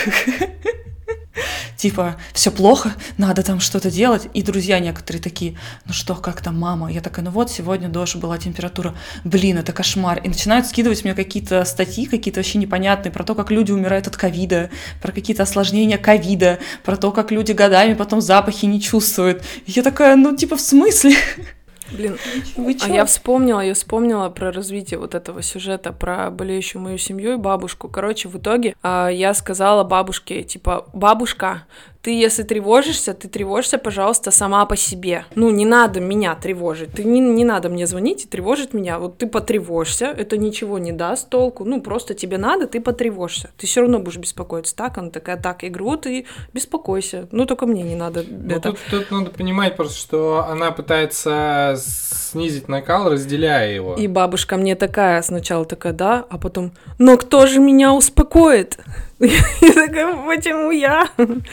Типа, все плохо, надо там что-то делать. И друзья некоторые такие, ну что, как там мама? Я такая, ну вот, сегодня дождь была температура. Блин, это кошмар. И начинают скидывать мне какие-то статьи, какие-то вообще непонятные, про то, как люди умирают от ковида, про какие-то осложнения ковида, про то, как люди годами потом запахи не чувствуют. И я такая, ну типа, в смысле? Блин, а я вспомнила, я вспомнила про развитие вот этого сюжета про болеющую мою семью и бабушку. Короче, в итоге а, я сказала бабушке, типа, бабушка, ты, если тревожишься, ты тревожишься, пожалуйста, сама по себе. Ну, не надо меня тревожить. Ты не, не надо мне звонить и тревожить меня. Вот ты потревожься, это ничего не даст толку. Ну, просто тебе надо, ты потревожься. Ты все равно будешь беспокоиться. Так, она такая, так, игру, ты беспокойся. Ну, только мне не надо ну, это. Тут, тут надо понимать просто, что она пытается снизить накал, разделяя его. И бабушка мне такая, сначала такая, да, а потом, но кто же меня успокоит? Я такая, почему я?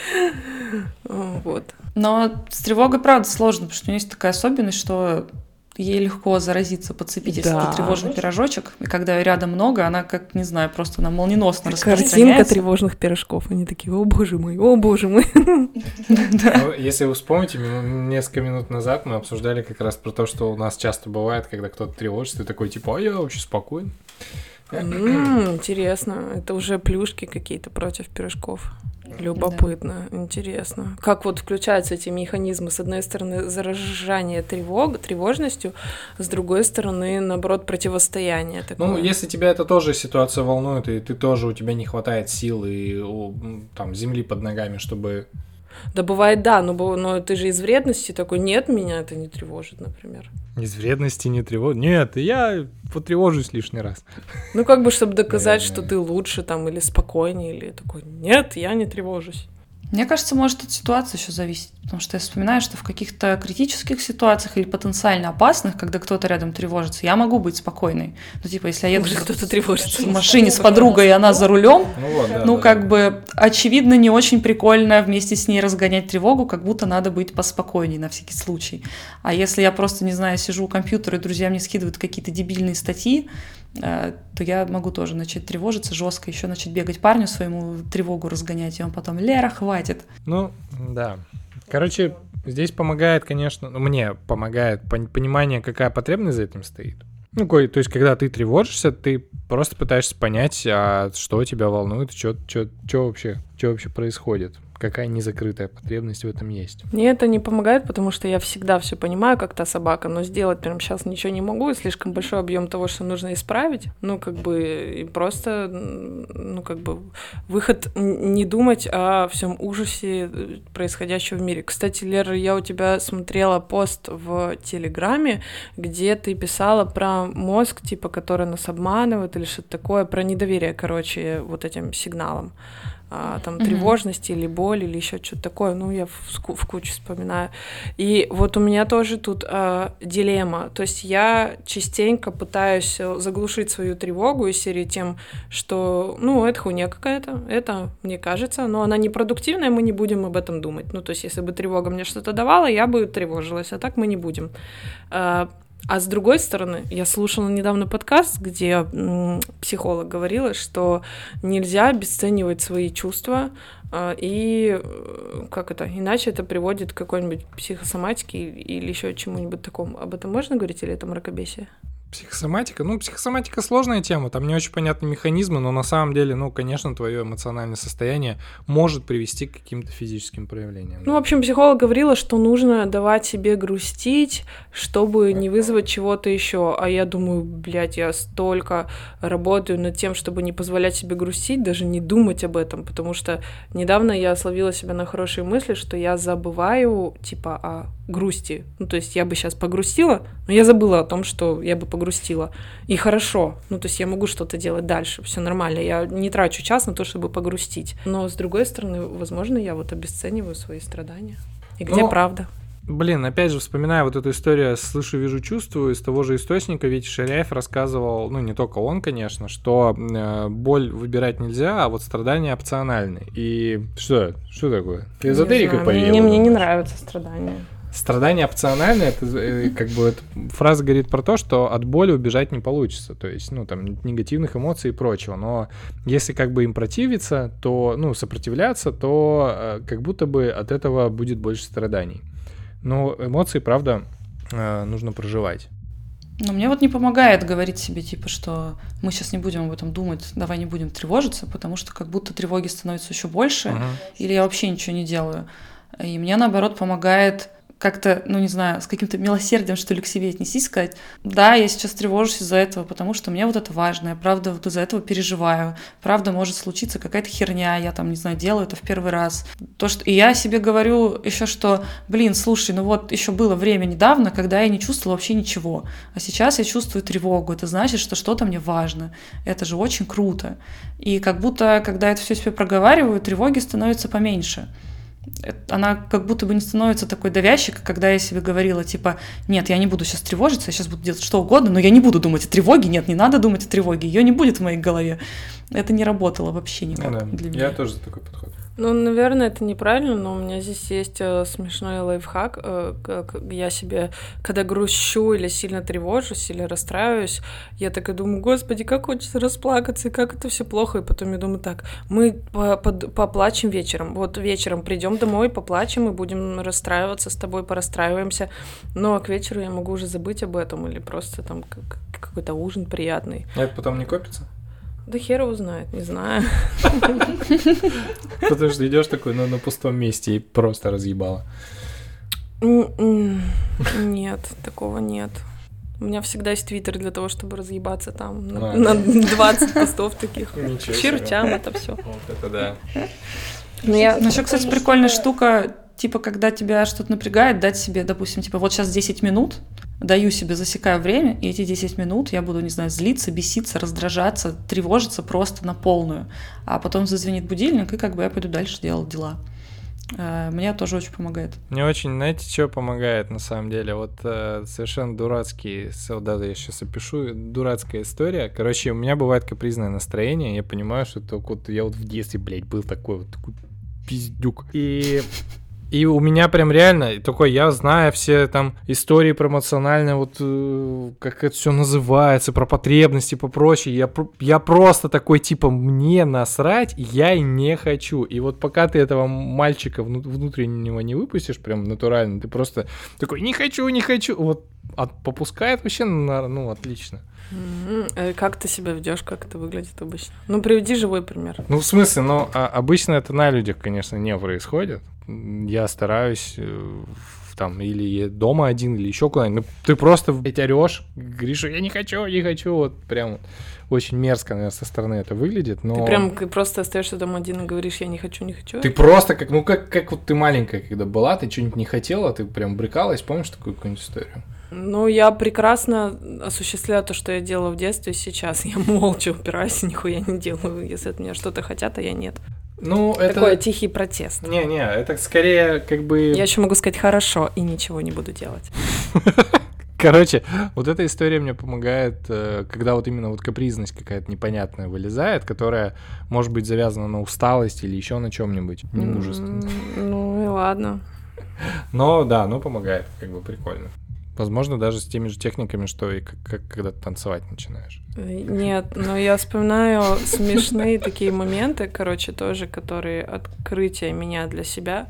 Вот. Но с тревогой, правда, сложно, потому что у нее есть такая особенность, что ей легко заразиться, подцепить, если да. это тревожный пирожочек. И когда ее рядом много, она, как, не знаю, просто она молниеносно распространяется. Картинка тревожных пирожков. Они такие, о боже мой, о боже мой. Если вы вспомните, несколько минут назад мы обсуждали как раз про то, что у нас часто бывает, когда кто-то тревожится, ты такой, типа, а я очень спокоен. Mm, интересно, это уже плюшки какие-то против пирожков. Любопытно, да. Интересно. Как вот включаются эти механизмы? С одной стороны, заражение тревог, тревожностью, с другой стороны, наоборот, противостояние такое. Ну, если тебя это тоже ситуация волнует, и ты тоже, у тебя не хватает сил и там земли под ногами, чтобы... Да бывает, да, но, но ты же из вредности такой, нет, меня это не тревожит, например. Из вредности не тревожит? Нет, я потревожусь лишний раз. Ну, как бы, чтобы доказать, что ты лучше там или спокойнее, или такой, нет, я не тревожусь. Мне кажется, может от ситуации еще зависеть, потому что я вспоминаю, что в каких-то критических ситуациях или потенциально опасных, когда кто-то рядом тревожится, я могу быть спокойной. Ну, типа, если я еду может, кто-то тревожится в машине с подругой, и она за рулем, ну, вот, да, ну да, как да. бы, очевидно, не очень прикольно вместе с ней разгонять тревогу, как будто надо быть поспокойней на всякий случай. А если я просто, не знаю, сижу у компьютера, и друзья мне скидывают какие-то дебильные статьи, то я могу тоже начать тревожиться жестко, еще начать бегать парню своему, тревогу разгонять, и он потом: Лера, хватит. Ну, да. Короче, здесь помогает, конечно, ну, мне помогает понимание, какая потребность за этим стоит. Ну, то есть, когда ты тревожишься, ты просто пытаешься понять, а что тебя волнует, что, что, что вообще, что вообще происходит. Какая незакрытая потребность в этом есть. Мне это не помогает, потому что я всегда все понимаю, как та собака, но сделать прямо сейчас ничего не могу, и слишком большой объем того, что нужно исправить. Ну, как бы, и просто, ну, как бы, выход не думать о всем ужасе происходящего в мире. Кстати, Лера, я у тебя смотрела пост в Телеграме, где ты писала про мозг, типа, который нас обманывает или что-то такое, про недоверие, короче, вот этим сигналам. А, там, mm-hmm. тревожности или боли, или еще что-то такое, ну, я в, в кучу вспоминаю. И вот у меня тоже тут а, дилемма, то есть я частенько пытаюсь заглушить свою тревогу из серии тем, что, ну, это хуйня какая-то, это, мне кажется, но она непродуктивная, мы не будем об этом думать. Ну, то есть если бы тревога мне что-то давала, я бы тревожилась, а так мы не будем. А, А с другой стороны, я слушала недавно подкаст, где м, психолог говорила, что нельзя обесценивать свои чувства, э, и как это, иначе это приводит к какой-нибудь психосоматике или еще чему-нибудь такому. Об этом можно говорить или это мракобесие? Психосоматика? Ну, психосоматика сложная тема, там не очень понятны механизмы, но на самом деле, ну, конечно, твое эмоциональное состояние может привести к каким-то физическим проявлениям. Ну, в общем, психолог говорила, что нужно давать себе грустить, чтобы не вызвать чего-то еще. А я думаю, блядь, я столько работаю над тем, чтобы не позволять себе грустить, даже не думать об этом, потому что недавно я словила себя на хорошие мысли, что я забываю, типа, о грусти. Ну, то есть я бы сейчас погрустила, но я забыла о том, что я бы погрустила. И хорошо. Ну, то есть я могу что-то делать дальше. Все нормально. Я не трачу час на то, чтобы погрустить. Но, с другой стороны, возможно, я вот обесцениваю свои страдания. И где ну, правда? Блин, опять же, вспоминая вот эту историю «Слышу, вижу, чувствую», из того же источника Витя Ширяев рассказывал, ну, не только он, конечно, что э, боль выбирать нельзя, а вот страдания опциональны. И что? Что такое? Ты эзотерикой поверила? Мне, мне не нравятся страдания. Страдание опциональное, это как бы эта фраза говорит про то, что от боли убежать не получится, то есть, ну, там, негативных эмоций и прочего, но если как бы им противиться, то, ну, сопротивляться, то э, как будто бы от этого будет больше страданий. Но эмоции, правда, э, нужно проживать. Но мне вот не помогает говорить себе, типа, что мы сейчас не будем об этом думать, давай не будем тревожиться, потому что как будто тревоги становится еще больше, uh-huh. или я вообще ничего не делаю. И мне, наоборот, помогает как-то, ну, не знаю, с каким-то милосердием, что ли, к себе отнестись, сказать, да, я сейчас тревожусь из-за этого, потому что мне вот это важно, я правда вот из-за этого переживаю, правда может случиться какая-то херня, я там, не знаю, делаю это в первый раз. То, что... И я себе говорю еще, что, блин, слушай, ну вот еще было время недавно, когда я не чувствовала вообще ничего, а сейчас я чувствую тревогу, это значит, что что-то мне важно, это же очень круто. И как будто, когда это все себе проговариваю, тревоги становятся поменьше. Она как будто бы не становится такой давящей, как когда я себе говорила, типа, нет, я не буду сейчас тревожиться, я сейчас буду делать что угодно, но я не буду думать о тревоге, нет, не надо думать о тревоге, ее не будет в моей голове. Это не работало вообще никак ну, да. для меня. Я тоже за такой подход. Ну, наверное, это неправильно, но у меня здесь есть э, смешной лайфхак. Э, как я себе, когда грущу или сильно тревожусь, или расстраиваюсь, я так и думаю, господи, как хочется расплакаться, и как это все плохо. И потом я думаю, так, мы по- под- поплачем вечером. Вот вечером придем домой, поплачем и будем расстраиваться с тобой, порастраиваемся. Но к вечеру я могу уже забыть об этом или просто там как- какой-то ужин приятный. А это потом не копится? Да хер его знает, не знаю. Потому что идешь такой, ну, на пустом месте и просто разъебала. Нет, такого нет. У меня всегда есть твиттер для того, чтобы разъебаться там на, на двадцать постов таких. К чертям это все. Вот это да. Ну, я... ну, еще, кстати, прикольная штука, типа, когда тебя что-то напрягает, дать себе, допустим, типа, вот сейчас десять минут, даю себе, засекаю время, и эти десять минут я буду, не знаю, злиться, беситься, раздражаться, тревожиться просто на полную. А потом зазвенит будильник, и как бы я пойду дальше делать дела. Мне тоже очень помогает. Мне очень, знаете, что помогает на самом деле? Вот э, совершенно дурацкий, да, я сейчас опишу, дурацкая история. Короче, у меня бывает капризное настроение, я понимаю, что только вот я вот в детстве, блядь, был такой вот такой пиздюк. И... И у меня прям реально такой, я знаю все там истории про эмоциональное, вот э, как это все называется, про потребности, по прочее. Я, я просто такой, типа, мне насрать, я и не хочу. И вот пока ты этого мальчика внутреннего не выпустишь, прям натурально, ты просто такой, не хочу, не хочу. Вот от, попускает вообще, ну, отлично. Mm-hmm. Как ты себя ведешь, как это выглядит обычно? Ну, приведи живой пример. Ну, в смысле, ну, а, обычно это на людях, конечно, не происходит. Я стараюсь э, там или дома один, или еще куда-нибудь. Ну, ты просто, блядь, орешь, говоришь, я не хочу, не хочу. Вот прям очень мерзко, наверное, со стороны это выглядит. Но... Ты прям просто остаешься дома один и говоришь, я не хочу, не хочу? Ты просто как, ну, как, как вот ты маленькая, когда была, ты что-нибудь не хотела, ты прям брыкалась, помнишь такую какую-нибудь историю? Ну, я прекрасно осуществляю то, что я делала в детстве, сейчас. Я молча упираюсь и нихуя не делаю. Если от меня что-то хотят, а я нет. Ну, это... Такой тихий протест. Не-не, это скорее как бы... Я еще могу сказать хорошо и ничего не буду делать. Короче, вот эта история мне помогает, когда вот именно вот капризность какая-то непонятная вылезает, которая может быть завязана на усталость или еще на чем-нибудь немужественном. Ну и ладно. Но да, ну помогает, как бы прикольно. Возможно, даже с теми же техниками, что и как, как когда ты танцевать начинаешь. Нет, но я вспоминаю смешные такие моменты, короче, тоже, которые открытие меня для себя.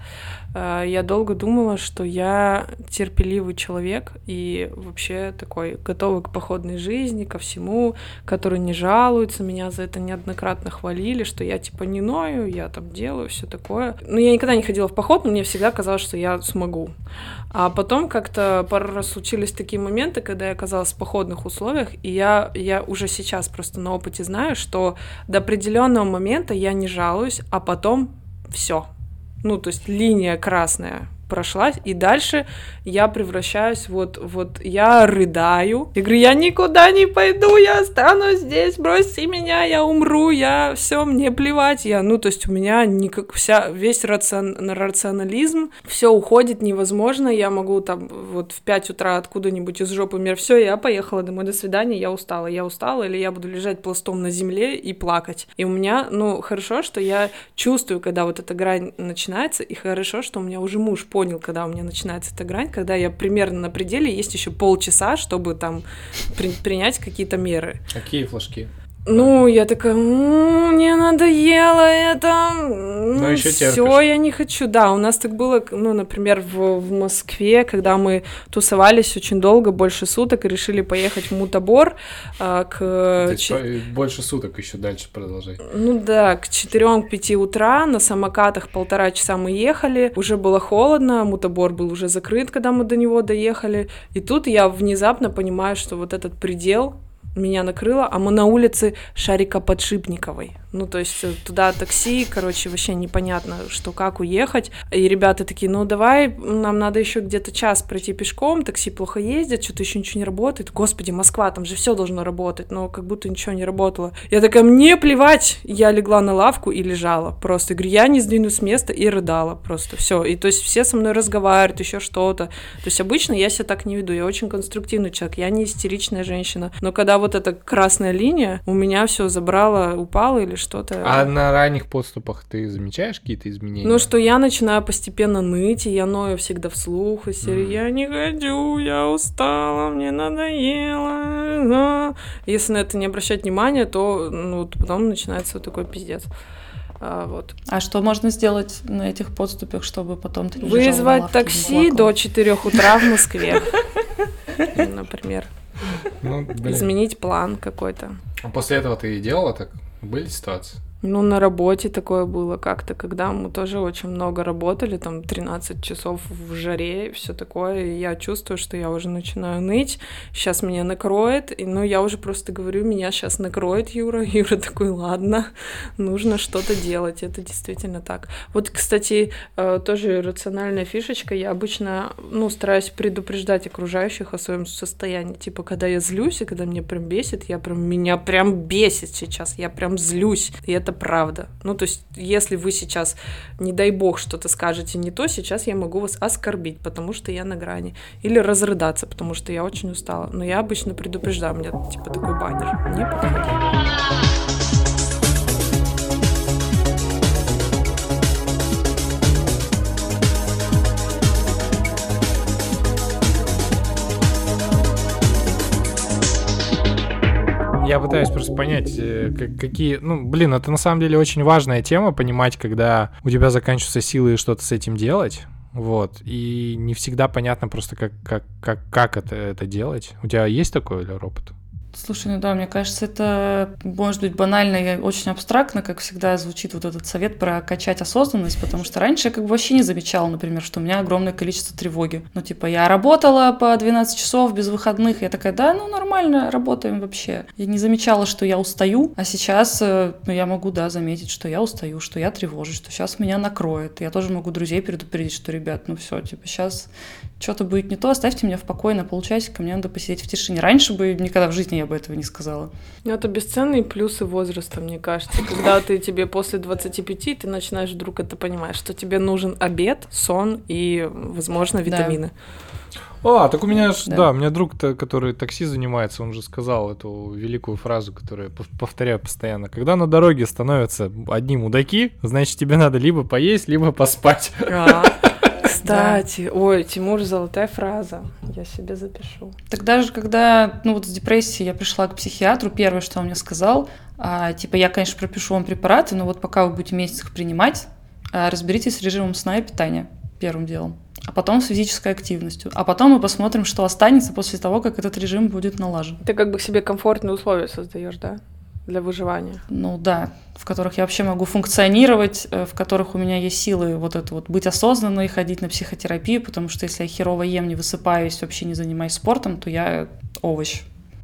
Я долго думала, что я терпеливый человек и вообще такой готовый к походной жизни, ко всему, который не жалуется. Меня за это неоднократно хвалили, что я типа не ною, я там делаю все такое. Но я никогда не ходила в поход, но мне всегда казалось, что я смогу. А потом как-то пару раз случились такие моменты, когда я оказалась в походных условиях, и я, я уже сейчас просто на опыте знаю, что до определенного момента я не жалуюсь, а потом все. Ну, то есть линия красная прошлась, и дальше я превращаюсь, вот, вот я рыдаю. Я говорю, я никуда не пойду, я останусь здесь, бросьте меня, я умру, я все, мне плевать. Я, ну, то есть у меня никак, вся, весь рацион, рационализм, все уходит, невозможно, я могу там вот в пять утра откуда-нибудь из жопы мир, все, я поехала домой, до свидания, я устала, я устала, или я буду лежать пластом на земле и плакать. И у меня, ну, хорошо, что я чувствую, когда вот эта грань начинается, и хорошо, что у меня уже муж понял, понял, когда у меня начинается эта грань, когда я примерно на пределе, есть еще полчаса, чтобы там при- принять какие-то меры. Какие флажки? Ну, я такая, м-м, мне надоело это, ну, все, я не хочу. Да, у нас так было, ну, например, в, в Москве, когда мы тусовались очень долго, больше суток, и решили поехать в Мутабор а, к... Ч... Больше суток еще дальше продолжать. Ну да, к четырём-пяти утра на самокатах полтора часа мы ехали, уже было холодно, Мутабор был уже закрыт, когда мы до него доехали, и тут я внезапно понимаю, что вот этот предел меня накрыло, а мы на улице Шарика-Подшипниковой. Ну, то есть туда такси, короче, вообще непонятно, что, как уехать. И ребята такие, ну, давай, нам надо еще где-то час пройти пешком, такси плохо ездит, что-то еще ничего не работает. Господи, Москва, там же все должно работать, но как будто ничего не работало. Я такая, мне плевать! Я легла на лавку и лежала. Просто, говорю, я не сдвинусь с места и рыдала просто. Все. И то есть все со мной разговаривают, еще что-то. То есть обычно я себя так не веду. Я очень конструктивный человек, я не истеричная женщина. Но когда вот эта красная линия, у меня все забрало, упало или что-то. А на ранних подступах ты замечаешь какие-то изменения? Ну, что я начинаю постепенно ныть, и я ною всегда вслух, и серии, mm. я не хочу, я устала, мне надоело. Если на это не обращать внимания, то ну, потом начинается вот такой пиздец. А, вот. А что можно сделать на этих подступах, чтобы потом ты не вызвать такси до четырёх утра в Москве, например. Ну, изменить план какой-то. А после этого ты делала так? Были ситуации? Ну, на работе такое было как-то, когда мы тоже очень много работали, там тринадцать часов в жаре и все такое, и я чувствую, что я уже начинаю ныть, сейчас меня накроет, и, ну, я уже просто говорю, меня сейчас накроет Юра, Юра такой, ладно, нужно что-то делать, это действительно так. Вот, кстати, тоже рациональная фишечка, я обычно, ну, стараюсь предупреждать окружающих о своем состоянии, типа, когда я злюсь, и когда меня прям бесит, я прям, меня прям бесит сейчас, я прям злюсь, и это правда. Ну, то есть, если вы сейчас, не дай бог, что-то скажете не то, сейчас я могу вас оскорбить, потому что я на грани. Или разрыдаться, потому что я очень устала. Но я обычно предупреждаю, у меня типа такой баннер. Не подходи. Я пытаюсь просто понять, какие... Ну, блин, это на самом деле очень важная тема, понимать, когда у тебя заканчиваются силы что-то с этим делать. Вот. И не всегда понятно просто, как, как, как, как это, это делать. У тебя есть такой или ропот? Слушай, ну да, мне кажется, это может быть банально и очень абстрактно, как всегда звучит вот этот совет про качать осознанность, потому что раньше я как бы вообще не замечала, например, что у меня огромное количество тревоги. Ну, типа, я работала по двенадцать часов без выходных, я такая, да, ну, нормально, работаем вообще. Я не замечала, что я устаю, а сейчас, ну, я могу, да, заметить, что я устаю, что я тревожусь, что сейчас меня накроет. Я тоже могу друзей предупредить, что, ребят, ну, все, типа, сейчас что-то будет не то, оставьте меня в покое на полчасика, мне надо посидеть в тишине. Раньше бы никогда в жизни я бы этого не сказала. Ну, это бесценные плюсы возраста, мне кажется. Когда ты тебе после двадцати пяти, ты начинаешь вдруг это понимать, что тебе нужен обед, сон и, возможно, витамины. Да. А, так у меня, да, да у меня друг, который такси занимается, он же сказал эту великую фразу, которую я повторяю постоянно. Когда на дороге становятся одни мудаки, значит, тебе надо либо поесть, либо поспать. А. Кстати, да. Ой, Тимур, золотая фраза, я себе запишу. Тогда же, когда, ну вот с депрессией я пришла к психиатру, первое, что он мне сказал, а, типа, я, конечно, пропишу вам препараты, но вот пока вы будете месяц их принимать, а, разберитесь с режимом сна и питания первым делом, а потом с физической активностью, а потом мы посмотрим, что останется после того, как этот режим будет налажен. Ты как бы себе комфортные условия создаешь, да? Для выживания. Ну да, в которых я вообще могу функционировать, в которых у меня есть силы вот это вот быть осознанной, ходить на психотерапию, потому что если я херово ем, не высыпаюсь, вообще не занимаюсь спортом, то я овощ.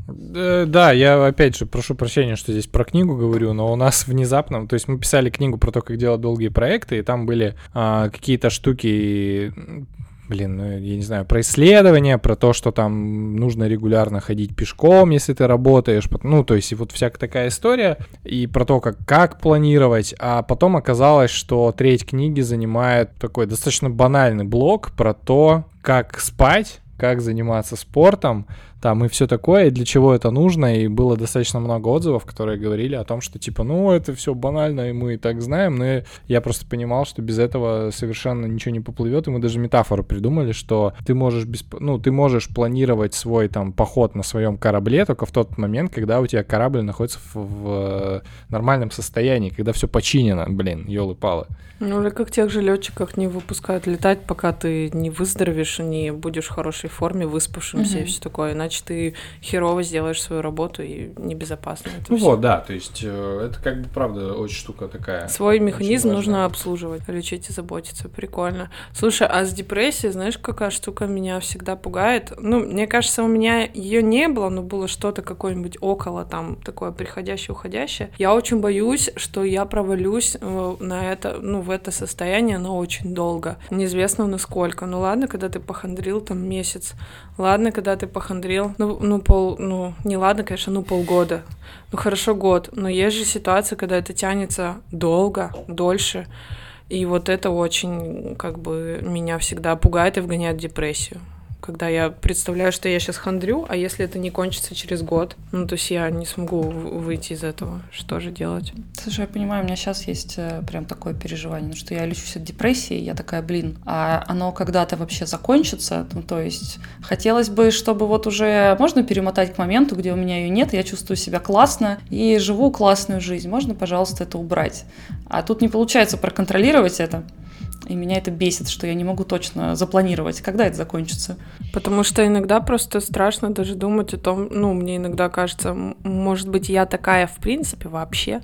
Да, я опять же прошу прощения, что здесь про книгу говорю, но у нас внезапно, то есть мы писали книгу про то, как делать долгие проекты, и там были а, какие-то штуки... Блин, ну, я не знаю, про исследования, про то, что там нужно регулярно ходить пешком, если ты работаешь, ну, то есть и вот всякая такая история, и про то, как, как планировать, а потом оказалось, что треть книги занимает такой достаточно банальный блок про то, как спать, как заниматься спортом, там и все такое, и для чего это нужно, и было достаточно много отзывов, которые говорили о том, что типа, ну, это все банально, и мы и так знаем, но я просто понимал, что без этого совершенно ничего не поплывет, и мы даже метафору придумали, что ты можешь, без, ну, ты можешь планировать свой там поход на своем корабле только в тот момент, когда у тебя корабль находится в, в нормальном состоянии, когда все починено, блин, ёлы-палы. Ну, или как тех же летчиков не выпускают летать, пока ты не выздоровеешь, не будешь в хорошей форме, выспавшимся, mm-hmm. и все такое, иначе ты херово сделаешь свою работу и небезопасно. Это ну всё. Вот, да, то есть э, это как бы правда очень штука такая. Свой механизм нужно обслуживать, лечить и заботиться, прикольно. Слушай, а с депрессией, знаешь, какая штука меня всегда пугает? Ну, мне кажется, у меня ее не было, но было что-то какое-нибудь около, там, такое приходящее, уходящее. Я очень боюсь, что я провалюсь на это, ну, в это состояние, но очень долго. Неизвестно насколько. Ну ладно, когда ты похандрил там месяц. Ладно, когда ты похандрил, ну, ну пол, ну не ладно, конечно, ну полгода. Ну хорошо, год. Но есть же ситуация, когда это тянется долго, дольше. И вот это очень, как бы, меня всегда пугает и вгоняет в депрессию. Когда я представляю, что я сейчас хандрю, а если это не кончится через год, ну, то есть я не смогу выйти из этого. Что же делать? Слушай, я понимаю, у меня сейчас есть прям такое переживание, что я лечусь от депрессии, я такая, блин, а оно когда-то вообще закончится? Ну, то есть хотелось бы, чтобы вот уже можно перемотать к моменту, где у меня ее нет, я чувствую себя классно и живу классную жизнь. Можно, пожалуйста, это убрать? А тут не получается проконтролировать это. И меня это бесит, что я не могу точно запланировать, когда это закончится. Потому что иногда просто страшно даже думать о том, ну, мне иногда кажется, может быть, я такая в принципе вообще,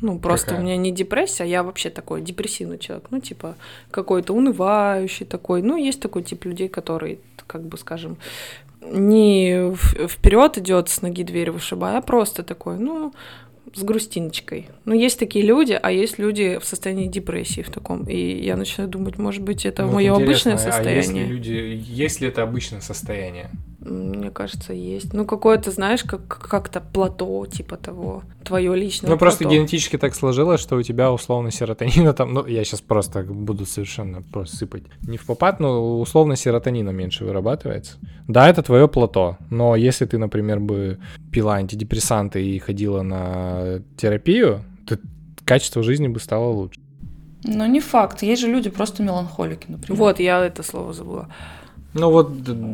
Ну, просто Какая? У меня не депрессия, а я вообще такой депрессивный человек. Ну, типа, какой-то унывающий такой. Ну, есть такой тип людей, который, как бы, скажем, не вперед идет с ноги дверь вышибая, а просто такой, ну, с грустиночкой. Ну, есть такие люди, а есть люди в состоянии депрессии в таком. И я начинаю думать, может быть, это вот мое обычное состояние. А есть ли люди, есть ли это обычное состояние? Мне кажется, есть. Ну, какое-то, знаешь, как, как-то плато, типа того, твое личное Ну, плато. просто генетически так сложилось, что у тебя условно серотонина там, ну, я сейчас просто буду совершенно просто сыпать не в попад, но условно серотонина меньше вырабатывается. Да, это твое плато, но если ты, например, бы пила антидепрессанты и ходила на терапию, то качество жизни бы стало лучше. Ну, не факт. Есть же люди просто меланхолики, например. Вот, я это слово забыла. Ну вот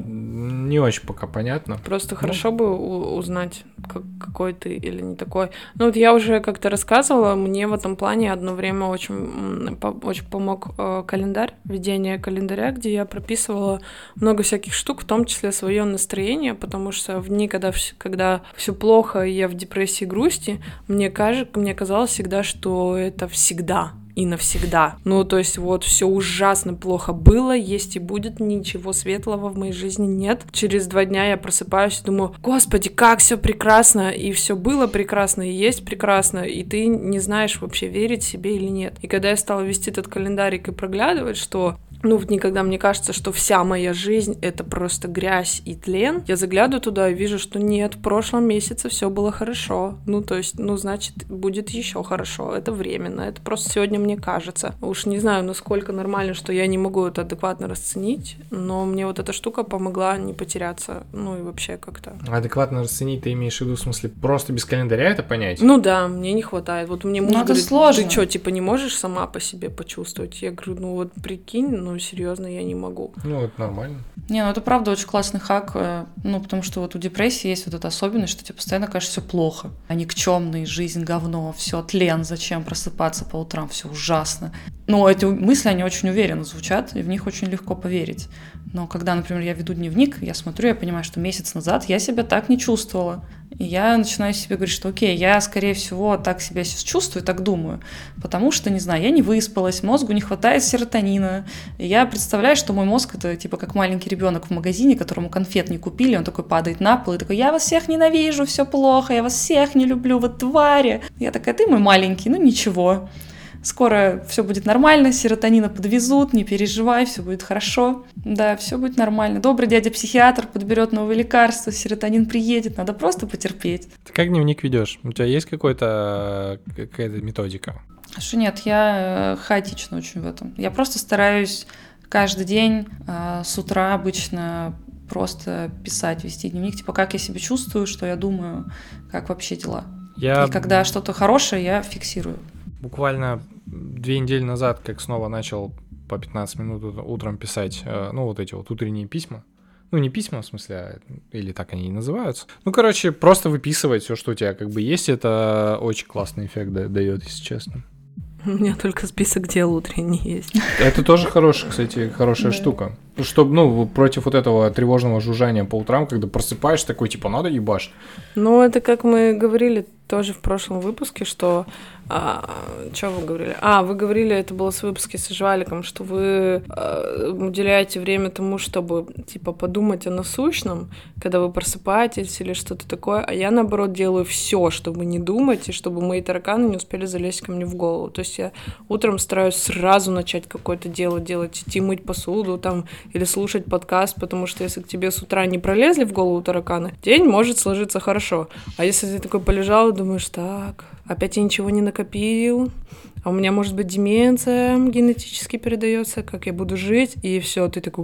не очень пока понятно. Просто ну. хорошо бы узнать, как, какой ты или не такой. Ну вот я уже как-то рассказывала, мне в этом плане одно время очень, очень помог э, календарь, ведение календаря, где я прописывала много всяких штук, в том числе свое настроение, потому что в дни, когда, когда все плохо, и я в депрессии, грусти, мне, кажется, мне казалось всегда, что это всегда. И навсегда. Ну, то есть вот все ужасно плохо было, есть и будет, ничего светлого в моей жизни нет. Через два дня я просыпаюсь и думаю, господи, как все прекрасно, и все было прекрасно, и есть прекрасно, и ты не знаешь вообще, верить себе или нет. И когда я стала вести этот календарик и проглядывать, что ну, в дни, когда мне кажется, что вся моя жизнь — это просто грязь и тлен, я заглядываю туда и вижу, что нет, в прошлом месяце все было хорошо. Ну, то есть, ну, значит, будет еще хорошо. Это временно, это просто сегодня мне кажется. Уж не знаю, насколько нормально, что я не могу это адекватно расценить, но мне вот эта штука помогла не потеряться, ну, и вообще как-то. Адекватно расценить ты имеешь в виду, в смысле, просто без календаря это понять? Ну да, мне не хватает. Вот мне муж ну, говорит, сложно. Ты что, типа, не можешь сама по себе почувствовать? Я говорю, ну вот прикинь, ну, серьезно, я не могу. Ну, это нормально. Не, ну это правда очень классный хак, ну, потому что вот у депрессии есть вот эта особенность, что тебе постоянно кажется все плохо, а никчемный, жизнь, говно, все тлен, зачем просыпаться по утрам, все ужасно. Но эти мысли, они очень уверенно звучат, и в них очень легко поверить. Но когда, например, я веду дневник, я смотрю, я понимаю, что месяц назад я себя так не чувствовала. И я начинаю себе говорить, что окей, я, скорее всего, так себя сейчас чувствую, так думаю, потому что, не знаю, я не выспалась, мозгу не хватает серотонина. И я представляю, что мой мозг — это типа как маленький ребенок в магазине, которому конфет не купили, он такой падает на пол и такой, я вас всех ненавижу, все плохо, я вас всех не люблю, вот твари. Я такая, ты мой маленький, ну ничего. Скоро все будет нормально, серотонина подвезут, не переживай, все будет хорошо. Да, все будет нормально. Добрый дядя-психиатр подберет новые лекарства, серотонин приедет, надо просто потерпеть. Ты как дневник ведешь? У тебя есть какой-то, какая-то методика? Что нет, я хаотична очень в этом. Я просто стараюсь каждый день э, с утра обычно просто писать, вести дневник, типа как я себя чувствую, что я думаю, как вообще дела. Я... И когда что-то хорошее, я фиксирую. Буквально две недели назад, как снова начал по пятнадцать минут утром писать, ну, вот эти вот утренние письма. Ну, не письма, в смысле, или так они и называются. Ну, короче, просто выписывать все, что у тебя как бы есть, это очень классный эффект дает, если честно. У меня только список дел утренний есть. Это тоже хорошая, кстати, хорошая штука. Чтобы, ну, против вот этого тревожного жужжания по утрам, когда просыпаешься, такой, типа, надо ебашь. Ну, это как мы говорили тоже в прошлом выпуске, что... А, что вы говорили? А, вы говорили, это было с выпуски с Жваликом, что вы а, уделяете время тому, чтобы, типа, подумать о насущном, когда вы просыпаетесь или что-то такое, а я, наоборот, делаю все, чтобы не думать, и чтобы мои тараканы не успели залезть ко мне в голову. То есть я утром стараюсь сразу начать какое-то дело делать, идти мыть посуду, там, или слушать подкаст, потому что если к тебе с утра не пролезли в голову тараканы, день может сложиться хорошо. А если ты такой полежал и думаешь, так, опять я ничего не накопил, а у меня может быть деменция генетически передается, как я буду жить, и все, ты такой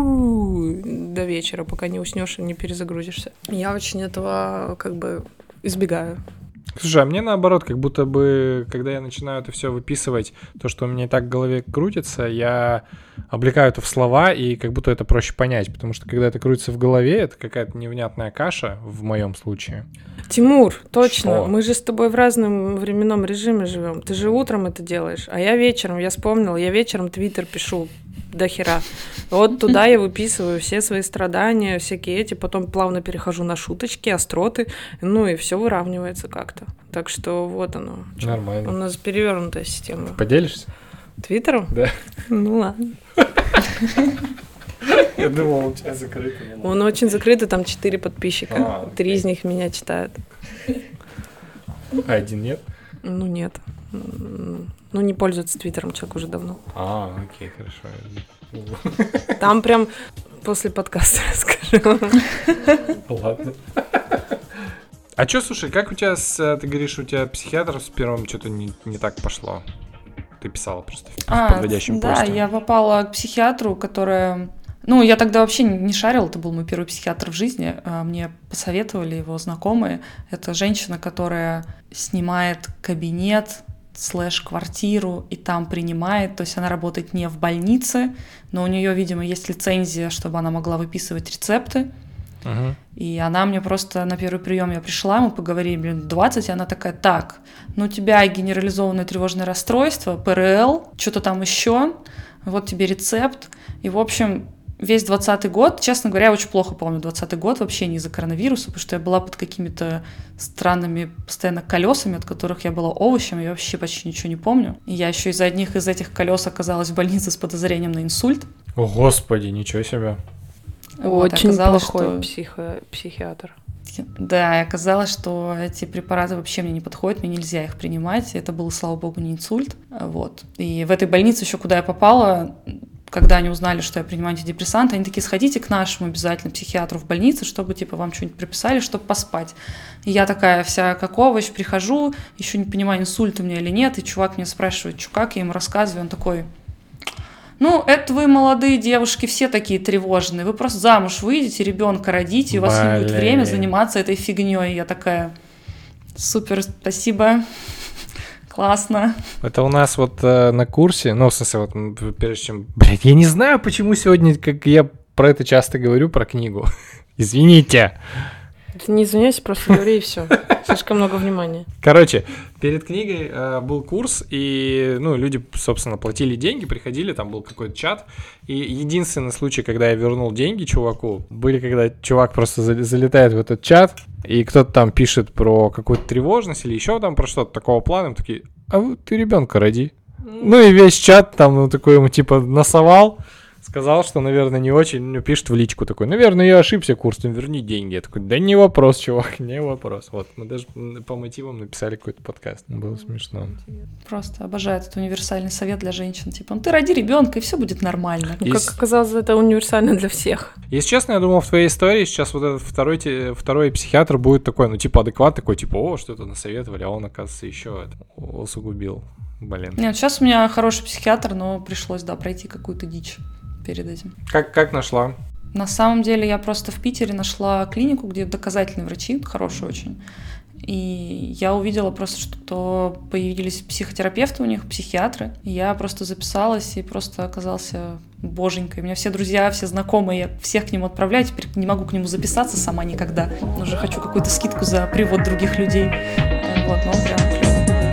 у-у-у, до вечера, пока не уснешь и не перезагрузишься. Я очень этого как бы избегаю. Слушай, а мне наоборот, как будто бы, когда я начинаю это все выписывать, то, что у меня и так в голове крутится, я облекаю это в слова, и как будто это проще понять, потому что когда это крутится в голове, это какая-то невнятная каша в моем случае. Тимур, точно, что? Мы же с тобой в разном временном режиме живем. Ты же утром это делаешь, а я вечером, я вспомнила, я вечером твиттер пишу до хера. Вот туда я выписываю все свои страдания, всякие эти, потом плавно перехожу на шуточки, остроты, ну и все выравнивается как-то. Так что вот оно. Нормально. У нас перевернутая система. Поделишься? Твиттером? Да. Ну ладно. Я думал, у тебя закрытый. Он очень закрытый, там четыре подписчика. А, Три из них меня читают. А один нет? Ну нет. Ну не пользуется Твиттером человек уже давно. А, окей, хорошо. Там прям после подкаста расскажу. Ладно. А чё, слушай, как у тебя, с, ты говоришь, у тебя психиатр с первым что-то не, не так пошло? Ты писала просто в а, подводящем да, посте. Да, я попала к психиатру, которая... Ну, я тогда вообще не шарила, это был мой первый психиатр в жизни. Мне посоветовали его знакомые. Это женщина, которая снимает кабинет слэш-квартиру и там принимает. То есть она работает не в больнице, но у нее, видимо, есть лицензия, чтобы она могла выписывать рецепты. Uh-huh. И она мне просто на первый прием я пришла, мы поговорили, блин, двадцать, и она такая: так, ну у тебя генерализованное тревожное расстройство, ПРЛ, что-то там еще, вот тебе рецепт. И, в общем, весь двадцатый год, честно говоря, я очень плохо помню двадцатый год, вообще не из-за коронавируса, потому что я была под какими-то странными постоянно колесами, от которых я была овощем, я вообще почти ничего не помню. И я еще из-за одних из этих колес оказалась в больнице с подозрением на инсульт. О, Господи, ничего себе. Вот, очень оказалось, плохой что... психо... психиатр. Да, и оказалось, что эти препараты вообще мне не подходят, мне нельзя их принимать. Это был, слава богу, не инсульт. Вот. И в этой больнице еще, куда я попала, когда они узнали, что я принимаю антидепрессанты, они такие: сходите к нашему обязательно психиатру в больницу, чтобы типа вам что-нибудь прописали, чтобы поспать. И я такая вся как овощ, прихожу, еще не понимаю, инсульт у меня или нет, и чувак меня спрашивает, что как, я ему рассказываю, он такой: ну, это вы, молодые девушки, все такие тревожные. Вы просто замуж выйдете, ребенка родите, и у вас не будет время заниматься этой фигней. Я такая: супер, спасибо, классно. Это у нас вот э, на курсе, ну, в смысле, вот прежде чем... Блядь, я не знаю, почему сегодня, как я про это часто говорю, про книгу. Извините. Ты не извиняйся, просто говори и все. Слишком много внимания. Короче, перед книгой э, был курс, и, ну, люди, собственно, платили деньги, приходили, там был какой-то чат, и единственный случай, когда я вернул деньги чуваку, были, когда чувак просто залетает в этот чат, и кто-то там пишет про какую-то тревожность или еще там про что-то такого плана, им такие: а вот ты ребенка роди. Ну и весь чат там, ну, такой ему типа насовал. Сказал, что, наверное, не очень, ну, пишет в личку такой: наверное, я ошибся курсом, верни деньги. Я такой: да не вопрос, чувак, не вопрос. Вот, мы даже по мотивам написали какой-то подкаст, было смешно. Просто обожаю этот универсальный совет для женщин, типа: ну ты роди ребенка, и все будет нормально. Ну, как оказалось, это универсально для всех. Если честно, я думал, в твоей истории сейчас вот этот второй, второй психиатр будет такой, ну, типа, адекват, такой, типа: о, что-то насоветовали, а он, оказывается, еще это усугубил. Блин. Нет, сейчас у меня хороший психиатр, но пришлось, да, пройти какую-то дичь перед этим. Как, как нашла? На самом деле я просто в Питере нашла клинику, где доказательные врачи, хорошие очень. И я увидела просто, что появились психотерапевты у них, психиатры. И я просто записалась и просто оказался боженькой. У меня все друзья, все знакомые, я всех к нему отправляю. Теперь не могу к нему записаться сама никогда. Уже хочу какую-то скидку за привод других людей. Вот, но он прям клёвый.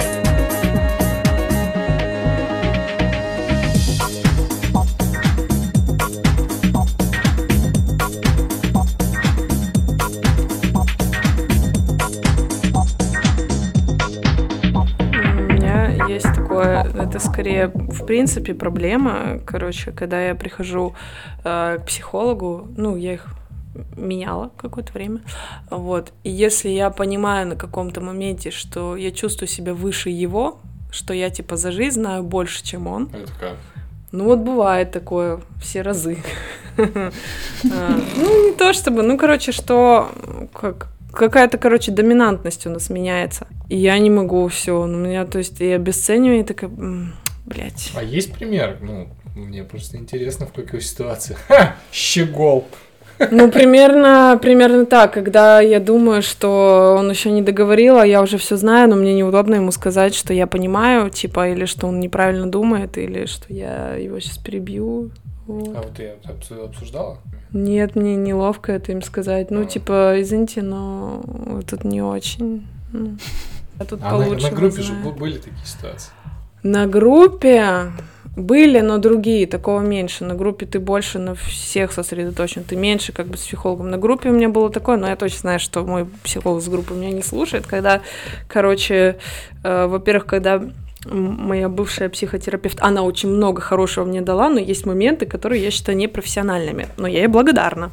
Это скорее, в принципе, проблема. Короче, когда я прихожу э, к психологу, ну, я их меняла какое-то время, вот. И если я понимаю на каком-то моменте, что я чувствую себя выше его, что я, типа, за жизнь знаю больше, чем он. Это как? Ну, вот бывает такое, все разы. Ну, не то чтобы, ну, короче, что, как... Какая-то, короче, доминантность у нас меняется. И я не могу все. У меня, то есть, я обесцениваю, и такая, блядь. А есть пример? Ну, мне просто интересно, в какой ситуации. Ха! Щегол! Ну, примерно, примерно так, когда я думаю, что он еще не договорил, а я уже все знаю, но мне неудобно ему сказать, что я понимаю, типа, или что он неправильно думает, или что я его сейчас перебью. Вот. А вот ты обсуждала? Нет, мне неловко это им сказать. Ну, а. типа, извините, но тут не очень. Ну, а тут а получше. На, на группе же были такие ситуации? На группе... Были, но другие, такого меньше. На группе ты больше на всех сосредоточен, ты меньше как бы с психологом. На группе у меня было такое, но я точно знаю, что мой психолог с группы меня не слушает, когда, короче, э, во-первых, когда моя бывшая психотерапевт, она очень много хорошего мне дала, но есть моменты, которые я считаю непрофессиональными, но я ей благодарна.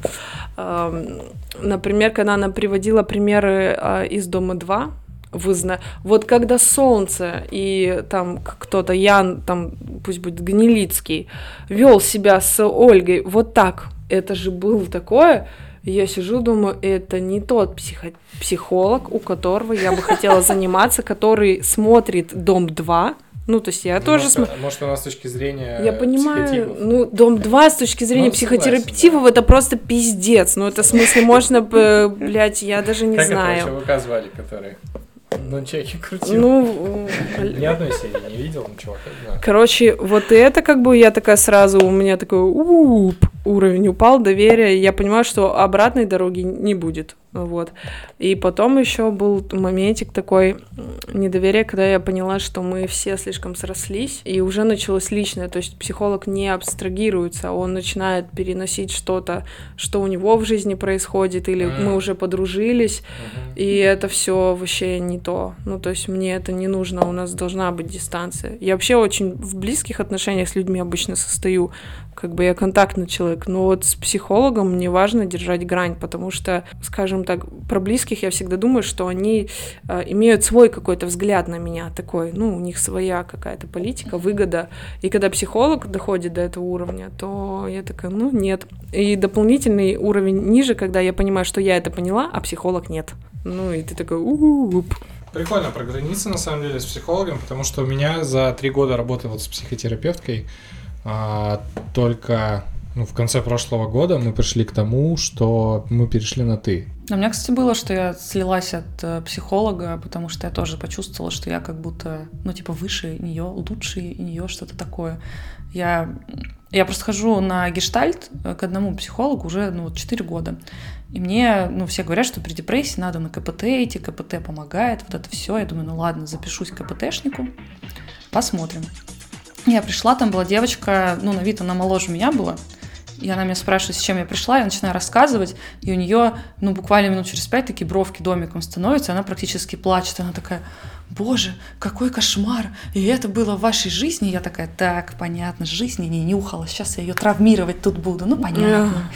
Э, например, когда она приводила примеры э, из «Дома два», вы знаете, вот когда Солнце и там кто-то, Ян, там, пусть будет Гнилицкий, вел себя с Ольгой вот так, это же было такое, я сижу, думаю, это не тот психо- психолог, у которого я бы хотела заниматься, который смотрит «Дом два», ну, то есть я ну, тоже может, смотрю... Может, у нас с точки зрения Я понимаю, ну, «Дом два» с точки зрения ну, психотерапевтов, да. Это просто пиздец, ну, это в смысле можно, блядь, я даже не как знаю. Как это вообще выказывали, которые... Ну, чеки крутил. Ну, ни одной серии не видел, ничего. Да. Короче, вот это как бы я такая сразу, у меня такой уп, уровень упал, доверия, я понимаю, что обратной дороги не будет. Вот. И потом еще был моментик такой недоверия, когда я поняла, что мы все слишком срослись, и уже началось личное, то есть психолог не абстрагируется, он начинает переносить что-то, что у него в жизни происходит, или mm. мы уже подружились, mm-hmm. и это все вообще не то. Ну, то есть мне это не нужно, у нас должна быть дистанция. Я вообще очень в близких отношениях с людьми обычно состою, как бы я контактный человек, но вот с психологом мне важно держать грань, потому что, скажем так, про близких я всегда думаю, что они э, имеют свой какой-то взгляд на меня, такой, ну, у них своя какая-то политика, выгода, и когда психолог доходит до этого уровня, то я такая, ну, нет. И дополнительный уровень ниже, когда я понимаю, что я это поняла, а психолог нет. Ну, и ты такой, у-у-у. Прикольно про границы, на самом деле, с психологом, потому что у меня за три года работы вот с психотерапевткой А, только ну, в конце прошлого года мы пришли к тому, что мы перешли на «ты». У меня, кстати, было, что я слилась от э, психолога, потому что я тоже почувствовала, что я как будто, ну, типа, выше нее, лучше нее, что-то такое. Я, я просто хожу на гештальт к одному психологу уже, ну, вот четыре года. И мне, ну, все говорят, что при депрессии надо на ка пэ тэ идти, ка пэ тэ помогает, вот это все. Я думаю, ну, ладно, запишусь к ка пэ тэшнику, посмотрим. Я пришла, там была девочка, ну, на вид она моложе меня была, и она меня спрашивает, с чем я пришла, я начинаю рассказывать, и у нее, ну, буквально минут через пять такие бровки домиком становятся, она практически плачет, она такая, боже, какой кошмар, и это было в вашей жизни, и я такая, так, понятно, жизнь не нюхала, сейчас я ее травмировать тут буду, ну, понятно.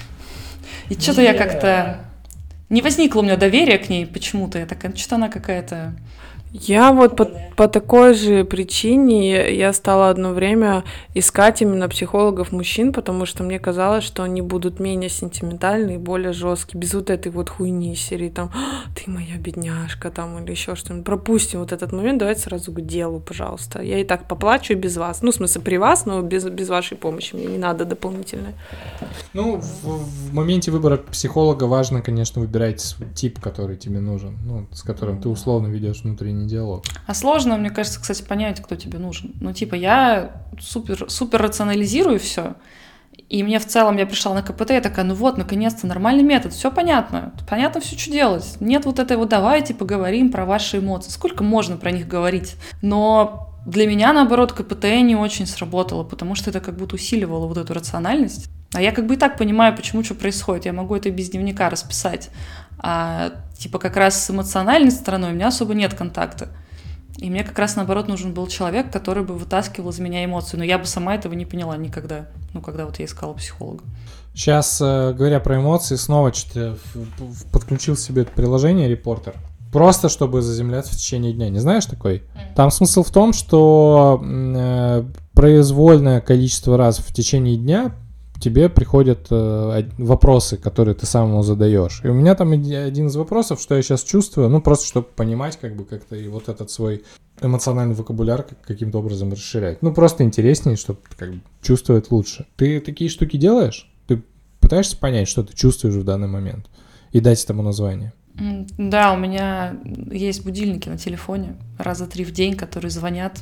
И что-то я как-то, не возникло у меня доверия к ней почему-то, я такая, ну, что-то она какая-то... Я вот по, по такой же причине я стала одно время искать именно психологов мужчин, потому что мне казалось, что они будут менее сентиментальные, более жесткие, без вот этой вот хуйни серии там «ты моя бедняжка» там или еще что-нибудь. Пропустим вот этот момент, давайте сразу к делу, пожалуйста. Я и так поплачу и без вас. Ну, в смысле, при вас, но без, без вашей помощи. Мне не надо дополнительной. Ну, в, в моменте выбора психолога важно, конечно, выбирать тип, который тебе нужен, ну, с которым ты условно ведешь внутренний диалог. А сложно, мне кажется, кстати, понять, кто тебе нужен. Ну, типа, я супер, супер рационализирую все, и мне в целом, я пришла на ка пэ тэ, я такая, ну вот, наконец-то, нормальный метод, все понятно, понятно все, что делать. Нет вот этой вот, давайте поговорим про ваши эмоции. Сколько можно про них говорить? Но для меня, наоборот, ка пэ тэ не очень сработало, потому что это как будто усиливало вот эту рациональность. А я как бы и так понимаю, почему что происходит. Я могу это без дневника расписать. А типа как раз с эмоциональной стороной у меня особо нет контакта. И мне как раз наоборот нужен был человек, который бы вытаскивал из меня эмоции. Но я бы сама этого не поняла никогда, ну, когда вот я искала психолога. Сейчас, говоря про эмоции, снова что-то подключил себе это приложение «Репортер». Просто чтобы заземляться в течение дня. Не знаешь такой? Там смысл в том, что э, произвольное количество раз в течение дня тебе приходят э, вопросы, которые ты самому задаешь. И у меня там один из вопросов, что я сейчас чувствую, ну просто чтобы понимать, как бы как-то и вот этот свой эмоциональный вокабуляр каким-то образом расширять. Ну просто интереснее, чтобы как бы чувствовать лучше. Ты такие штуки делаешь? Ты пытаешься понять, что ты чувствуешь в данный момент и дать этому название? Да, у меня есть будильники на телефоне раза три в день, которые звонят.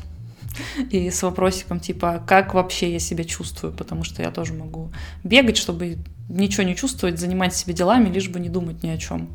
И с вопросиком типа, как вообще я себя чувствую, потому что я тоже могу бегать, чтобы ничего не чувствовать, занимать себя делами, лишь бы не думать ни о чем.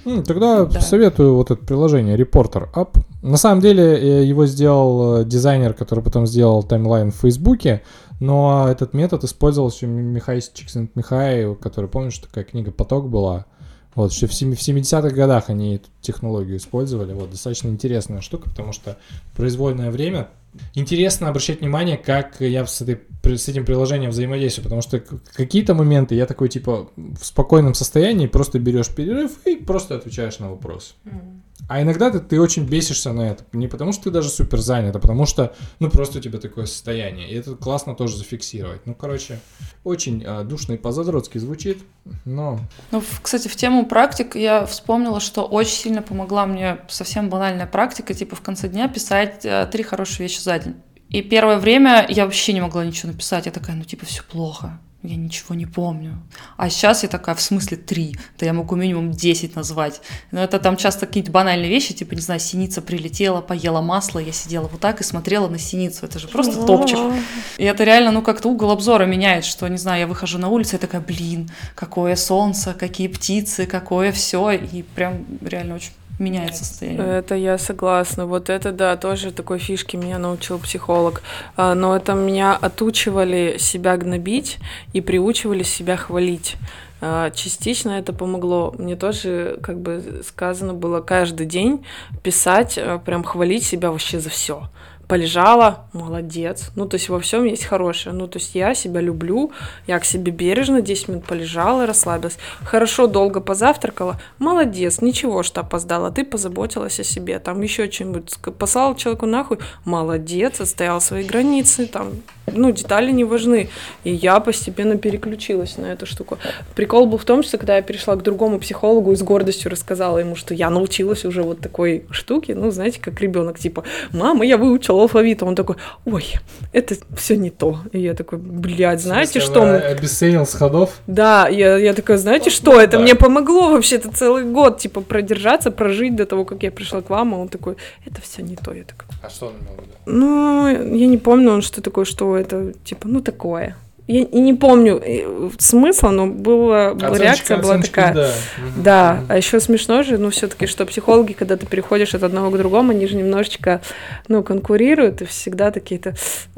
Ну, тогда да. советую вот это приложение Reporter App. На самом деле его сделал дизайнер, который потом сделал таймлайн в Фейсбуке, но этот метод использовался Михай Чиксент-Михай, который, помнишь, такая книга «Поток» была. Вот, еще в семидесятых годах они эту технологию использовали. Вот, достаточно интересная штука, потому что в произвольное время интересно обращать внимание, как я с, этой, с этим приложением взаимодействую, потому что какие-то моменты я такой, типа, в спокойном состоянии просто берешь перерыв и просто отвечаешь на вопрос. Mm. А иногда ты, ты очень бесишься на это. Не потому, что ты даже супер занят, а потому что, ну, просто у тебя такое состояние. И это классно тоже зафиксировать. Ну, короче, очень а, душно и по-задротски звучит, но... Ну, кстати, в тему практик я вспомнила, что очень сильно помогла мне совсем банальная практика, типа в конце дня писать а, три хорошие вещи за день. И первое время я вообще не могла ничего написать. Я такая, ну, типа, все плохо. Я ничего не помню. А сейчас я такая, в смысле три? Да я могу минимум десять назвать. Но это там часто какие-то банальные вещи, типа, не знаю, синица прилетела, поела масло, я сидела вот так и смотрела на синицу. Это же просто топчик. И это реально, ну, как-то угол обзора меняет, что, не знаю, я выхожу на улицу, и такая, блин, какое солнце, какие птицы, какое все. И прям реально очень меняет состояние. Это я согласна. Вот это, да, тоже такой фишки меня научил психолог. Но это меня отучивали себя гнобить и приучивали себя хвалить. Частично это помогло. Мне тоже, как бы сказано было, каждый день писать, прям хвалить себя вообще за все. Полежала, молодец. Ну, то есть во всем есть хорошее. Ну, то есть я себя люблю, я к себе бережно, десять минут полежала, расслабилась. Хорошо, долго позавтракала, молодец, ничего, что опоздала, ты позаботилась о себе. Там еще что-нибудь, послала человеку нахуй, молодец, отстоял свои границы, там, ну, детали не важны. И я постепенно переключилась на эту штуку. Прикол был в том, что когда я перешла к другому психологу и с гордостью рассказала ему, что я научилась уже вот такой штуке, ну, знаете, как ребенок, типа, мама, я выучила алфавит, он такой, ой, это все не то. И я такой, блядь, знаете, что... Мы... обесценил с ходов? Да, я, я такая, знаете, что, это да. Мне помогло вообще-то целый год, типа, продержаться, прожить до того, как я пришла к вам, а он такой, это все не то. Я такая... А что он имел в виду? Ну, я не помню, он что такое, что это, типа, ну, такое. Я и не помню смысла, но была, оценочка, реакция была оценочка, такая. Да, да. Mm-hmm. А еще смешно же, ну, все-таки, что психологи, когда ты переходишь от одного к другому, они же немножечко, ну, конкурируют, и всегда такие-то,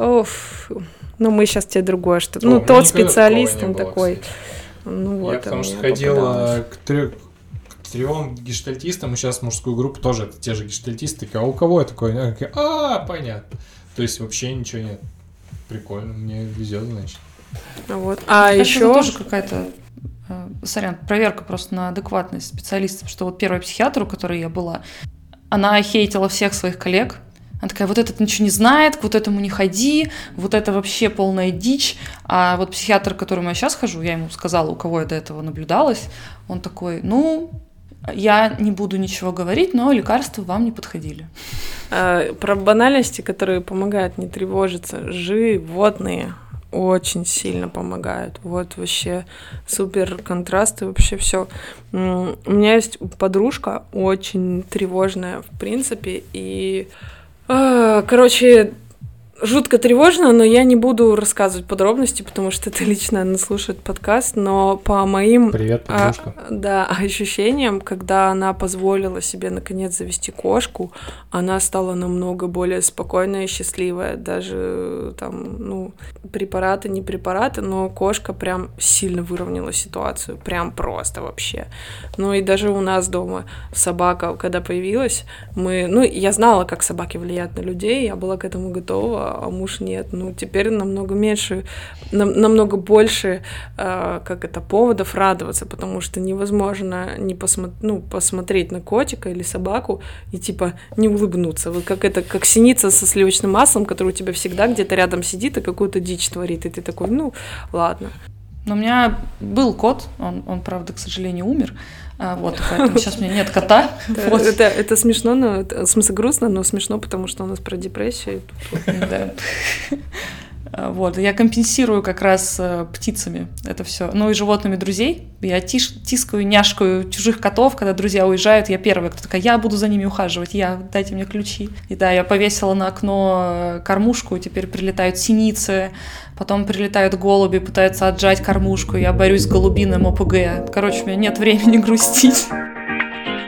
оф, ну, мы сейчас тебе другое что-то. О, ну, тот специалист, он было, такой. Ну, вот, я потому что ходила к, трё... к трем гештальтистам, и сейчас мужскую группу тоже это те же гештальтисты. А у кого я такой? Я такой, а, понятно. То есть вообще ничего нет. Прикольно, мне везет, значит. Вот. А это еще тоже какая-то, э, сорян, проверка просто на адекватность специалистов, что вот первая психиатр, у которой я была, она хейтила всех своих коллег. Она такая, вот этот ничего не знает, к вот этому не ходи, вот это вообще полная дичь. А вот психиатр, к которому я сейчас хожу, я ему сказала, у кого я до этого наблюдалась, он такой, ну, я не буду ничего говорить, но лекарства вам не подходили. А, про банальности, которые помогают не тревожиться, животные очень сильно помогают. Вот вообще супер контрасты, вообще все. У меня есть подружка очень тревожная, в принципе, и, короче, жутко тревожно, но я не буду рассказывать подробности, потому что это лично она слушает подкаст, но по моим Привет, подружка. А, да, ощущениям, когда она позволила себе наконец завести кошку, она стала намного более спокойная и счастливая. Даже там, ну, препараты, не препараты, но кошка прям сильно выровняла ситуацию, прям просто вообще. Ну и даже у нас дома собака, когда появилась, мы, ну, я знала, как собаки влияют на людей, я была к этому готова, а муж нет. Ну, теперь намного меньше, нам, намного больше, э, как это, поводов радоваться, потому что невозможно не посмо- ну, посмотреть на котика или собаку и, типа, не улыбнуться. Вот как это, как синица со сливочным маслом, который у тебя всегда где-то рядом сидит и какую-то дичь творит, и ты такой, ну, ладно. Но у меня был кот, он, он правда, к сожалению, умер. А, вот, поэтому сейчас у меня нет кота. Это, вот. это, это смешно, но это, в смысле грустно, но смешно, потому что у нас про депрессию. Да. Вот, я компенсирую как раз птицами это все. Ну и животными друзей. Я тиш, тискаю, няшкаю чужих котов, когда друзья уезжают, я первая, кто такая, я буду за ними ухаживать, я, дайте мне ключи. И да, я повесила на окно кормушку, теперь прилетают синицы, потом прилетают голуби, пытаются отжать кормушку, я борюсь с голубиным ОПГ. Короче, у меня нет времени грустить.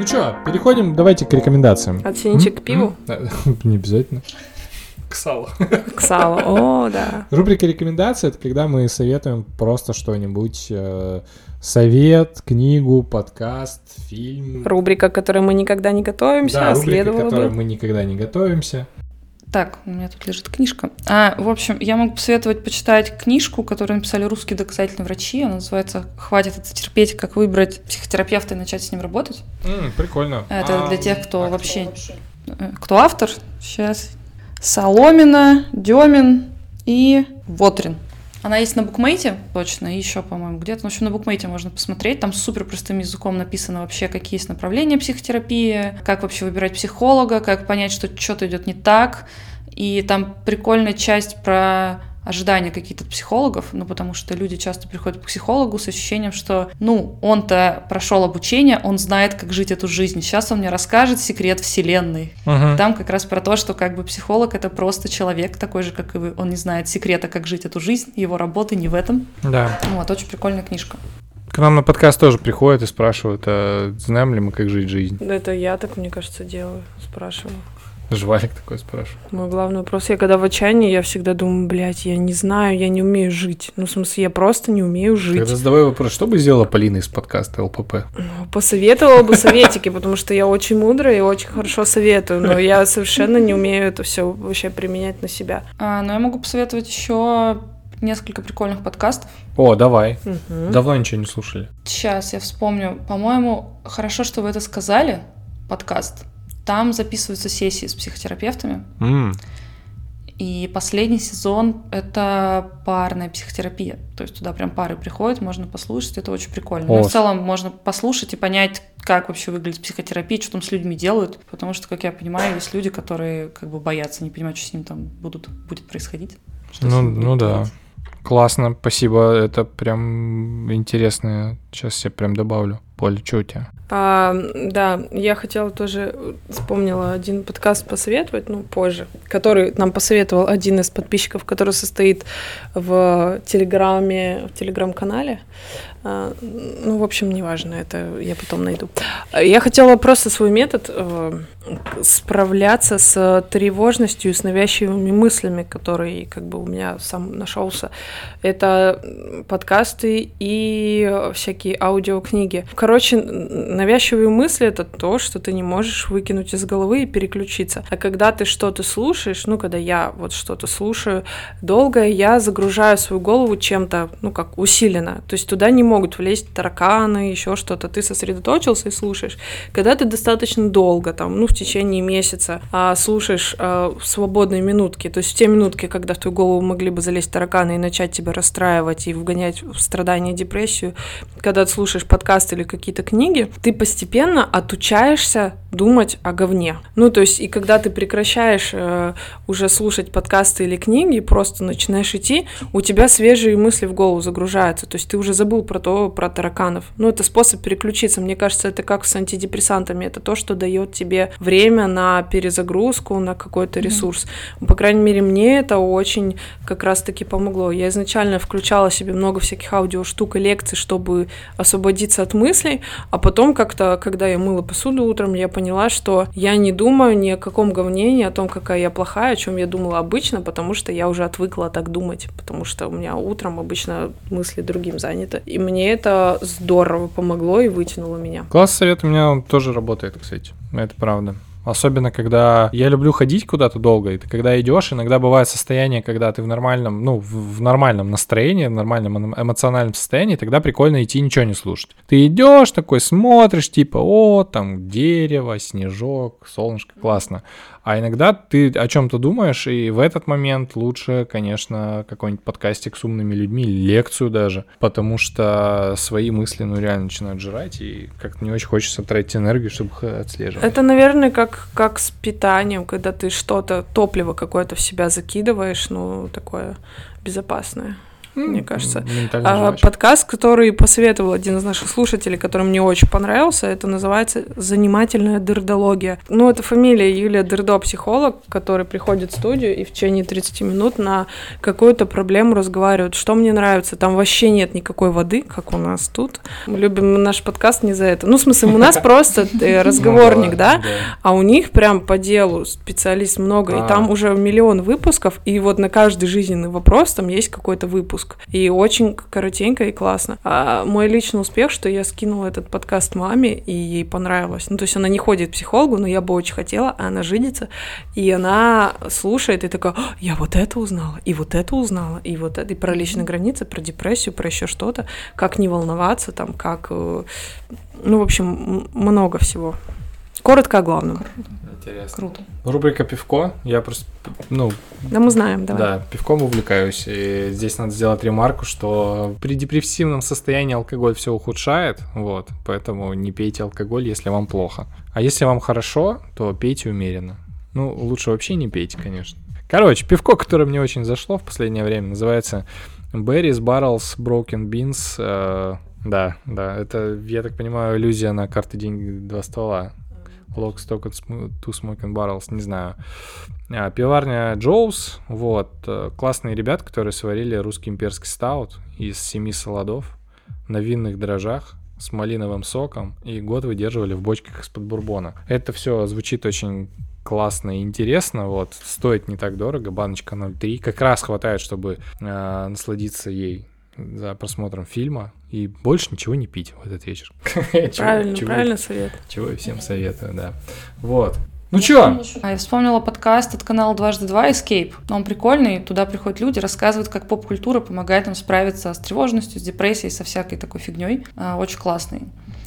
что, переходим, давайте к рекомендациям. От синичек к пиву? Не обязательно. К салу. К салу, о, да. Рубрика рекомендаций — это когда мы советуем просто что-нибудь. Э, совет, книгу, подкаст, фильм. Рубрика, к которой мы никогда не готовимся, да, а рубрика, следовало к которой бы. мы никогда не готовимся. Так, у меня тут лежит книжка. А, в общем, я могу посоветовать почитать книжку, которую написали русские доказательные врачи. Она называется «Хватит это терпеть. Как выбрать психотерапевта и начать с ним работать». М, прикольно. Это а, для тех, кто а вообще... Кто, вообще? кто автор? Сейчас. Соломина, Демин и Вотрин. Она есть на букмейте, точно, и еще, по-моему, где-то. В общем, на букмейте можно посмотреть. Там супер простым языком написано вообще, какие есть направления психотерапии, как вообще выбирать психолога, как понять, что что-то идет не так. И там прикольная часть про ожидания какие-то от психологов, ну, потому что люди часто приходят к психологу с ощущением, что, ну, он-то прошел обучение, он знает, как жить эту жизнь. Сейчас он мне расскажет секрет вселенной. Угу. Там как раз про то, что как бы психолог — это просто человек такой же, как и вы. Он не знает секрета, как жить эту жизнь, его работы не в этом. Да. Вот, очень прикольная книжка. К нам на подкаст тоже приходят и спрашивают, а знаем ли мы, как жить жизнь? Это я так, мне кажется, делаю, спрашиваю. Жвалик такой спрашивает. Мой главный вопрос. Я когда в отчаянии, я всегда думаю, блядь, я не знаю, я не умею жить. Ну, в смысле, я просто не умею жить. Тогда задавай вопрос, что бы сделала Полина из подкаста ЛПП? Ну, посоветовала бы советики, потому что я очень мудрая и очень хорошо советую, но я совершенно не умею это все вообще применять на себя. А, но я могу посоветовать еще несколько прикольных подкастов. О, давай. Угу. Давно ничего не слушали. Сейчас я вспомню. По-моему, хорошо, что вы это сказали, подкаст. Там записываются сессии с психотерапевтами. Mm. И последний сезон — это парная психотерапия. То есть туда прям пары приходят, можно послушать, это очень прикольно. Ну, в целом можно послушать и понять, как вообще выглядит психотерапия, что там с людьми делают. Потому что, как я понимаю, есть люди, которые как бы боятся, не понимают, что с ним там будут, будет происходить. Ну, ну да. Классно, спасибо. Это прям интересно. Сейчас я прям добавлю. Поля, что у тебя? А, да, я хотела тоже, вспомнила один подкаст посоветовать, ну, позже, который нам посоветовал один из подписчиков, который состоит в Телеграме, в Телеграм-канале. А, ну, в общем, неважно, это я потом найду. Я хотела просто свой метод э, справляться с тревожностью и с навязчивыми мыслями, который как бы у меня сам нашелся. Это подкасты и всякие аудиокниги. Короче, навязчивые мысли — это то, что ты не можешь выкинуть из головы и переключиться. А когда ты что-то слушаешь, ну, когда я вот что-то слушаю долго, я загружаю свою голову чем-то, ну, как усиленно. То есть туда не могут влезть тараканы, еще что-то. Ты сосредоточился и слушаешь. Когда ты достаточно долго, там, ну, в течение месяца а, слушаешь а, в свободные минутки, то есть в те минутки, когда в твою голову могли бы залезть тараканы и начать тебя расстраивать и вгонять в страдания, депрессию, когда ты слушаешь подкасты или какие-то книги, ты постепенно отучаешься думать о говне. Ну, то есть, и когда ты прекращаешь э, уже слушать подкасты или книги, просто начинаешь идти, у тебя свежие мысли в голову загружаются. То есть ты уже забыл про то, про тараканов. Ну, это способ переключиться. Мне кажется, это как с антидепрессантами. Это то, что дает тебе время на перезагрузку, на какой-то ресурс. Mm-hmm. По крайней мере, мне это очень как раз-таки помогло. Я изначально включала себе много всяких аудиоштук и лекций, чтобы освободиться от мыслей, а потом как-то, когда я мыла посуду утром, я поняла, что я не думаю ни о каком говне, ни о том, какая я плохая, о чем я думала обычно, потому что я уже отвыкла так думать, потому что у меня утром обычно мысли другим заняты. И мне это здорово помогло и вытянуло меня. Классный совет, у меня он тоже работает, кстати. Это правда. Особенно, когда я люблю ходить куда-то долго, и ты когда идешь, иногда бывает состояние, когда ты в нормальном, ну, в, в нормальном настроении, в нормальном эмоциональном состоянии, тогда прикольно идти ничего не слушать. Ты идешь такой, смотришь, типа, о, там дерево, снежок, солнышко, классно. А иногда ты о чем-то думаешь, и в этот момент лучше, конечно, какой-нибудь подкастик с умными людьми, лекцию даже, потому что свои мысли, ну, реально начинают жрать, и как-то не очень хочется тратить энергию, чтобы их отслеживать. Это, наверное, как, как с питанием, когда ты что-то, топливо какое-то в себя закидываешь, ну, такое безопасное. мне кажется. А, подкаст, который посоветовал один из наших слушателей, который мне очень понравился, это называется «Занимательная дердология». Ну, это фамилия Юлия Дердо, психолог, который приходит в студию и в течение тридцати минут на какую-то проблему разговаривает. Что мне нравится, там вообще нет никакой воды, как у нас тут. Мы любим наш подкаст не за это. Ну, в смысле, у нас просто разговорник, да, а у них прям по делу специалист много, и там уже миллион выпусков, и вот на каждый жизненный вопрос там есть какой-то выпуск. И очень коротенько и классно. А мой личный успех, что я скинула этот подкаст маме, и ей понравилось. Ну, то есть она не ходит к психологу, но я бы очень хотела, а она жидится, и она слушает, и такая: я вот это узнала, и вот это узнала, и вот это, и про личные границы, про депрессию, про еще что-то, как не волноваться, там, как... Ну, в общем, много всего. Коротко о главном. Интересно. Круто. Рубрика «Пивко». Я просто, ну... Да, мы знаем, давай. Да, пивком увлекаюсь. И здесь надо сделать ремарку, что при депрессивном состоянии алкоголь все ухудшает, вот, поэтому не пейте алкоголь, если вам плохо. А если вам хорошо, то пейте умеренно. Ну, лучше вообще не пейте, конечно. Короче, пивко, которое мне очень зашло в последнее время, называется Barry's Barrels Broken Beans. Э, да, да, это, я так понимаю, аллюзия на карты деньги два ствола. Lock, Stock and Two Smoking Barrels, не знаю. А, пиварня Джоус, вот, классные ребята, которые сварили русский имперский стаут из семи солодов на винных дрожжах с малиновым соком и год выдерживали в бочках из-под бурбона. Это все звучит очень классно и интересно, вот, стоит не так дорого, баночка ноль три, как раз хватает, чтобы э, насладиться ей за просмотром фильма и больше ничего не пить в этот вечер. Правильно, правильный совет. Чего я всем советую, да. Вот. Ну чё? А я вспомнила подкаст от канала дважды два Escape. Он прикольный, туда приходят люди, рассказывают, как поп-культура помогает им справиться с тревожностью, с депрессией, со всякой такой фигней. Очень классный.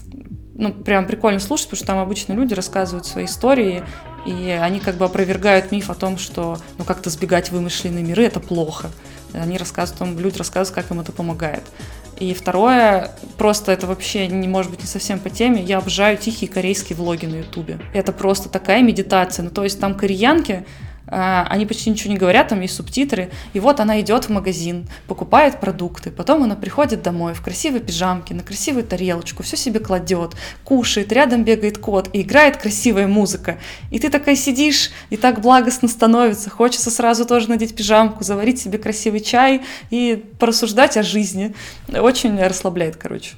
Ну, прям прикольно слушать, потому что там обычно люди рассказывают свои истории, и они как бы опровергают миф о том, что ну как-то сбегать в вымышленные миры — это плохо. Они рассказывают, там, люди рассказывают, как им это помогает. И второе, просто это вообще, не может быть, не совсем по теме, я обожаю тихие корейские влоги на ютубе. Это просто такая медитация, ну то есть там кореянки, они почти ничего не говорят, там есть субтитры, и вот она идет в магазин, покупает продукты, потом она приходит домой в красивой пижамке, на красивую тарелочку, все себе кладет, кушает, рядом бегает кот, и играет красивая музыка. И ты такая сидишь, и так благостно становится, хочется сразу тоже надеть пижамку, заварить себе красивый чай и порассуждать о жизни. Очень расслабляет, короче.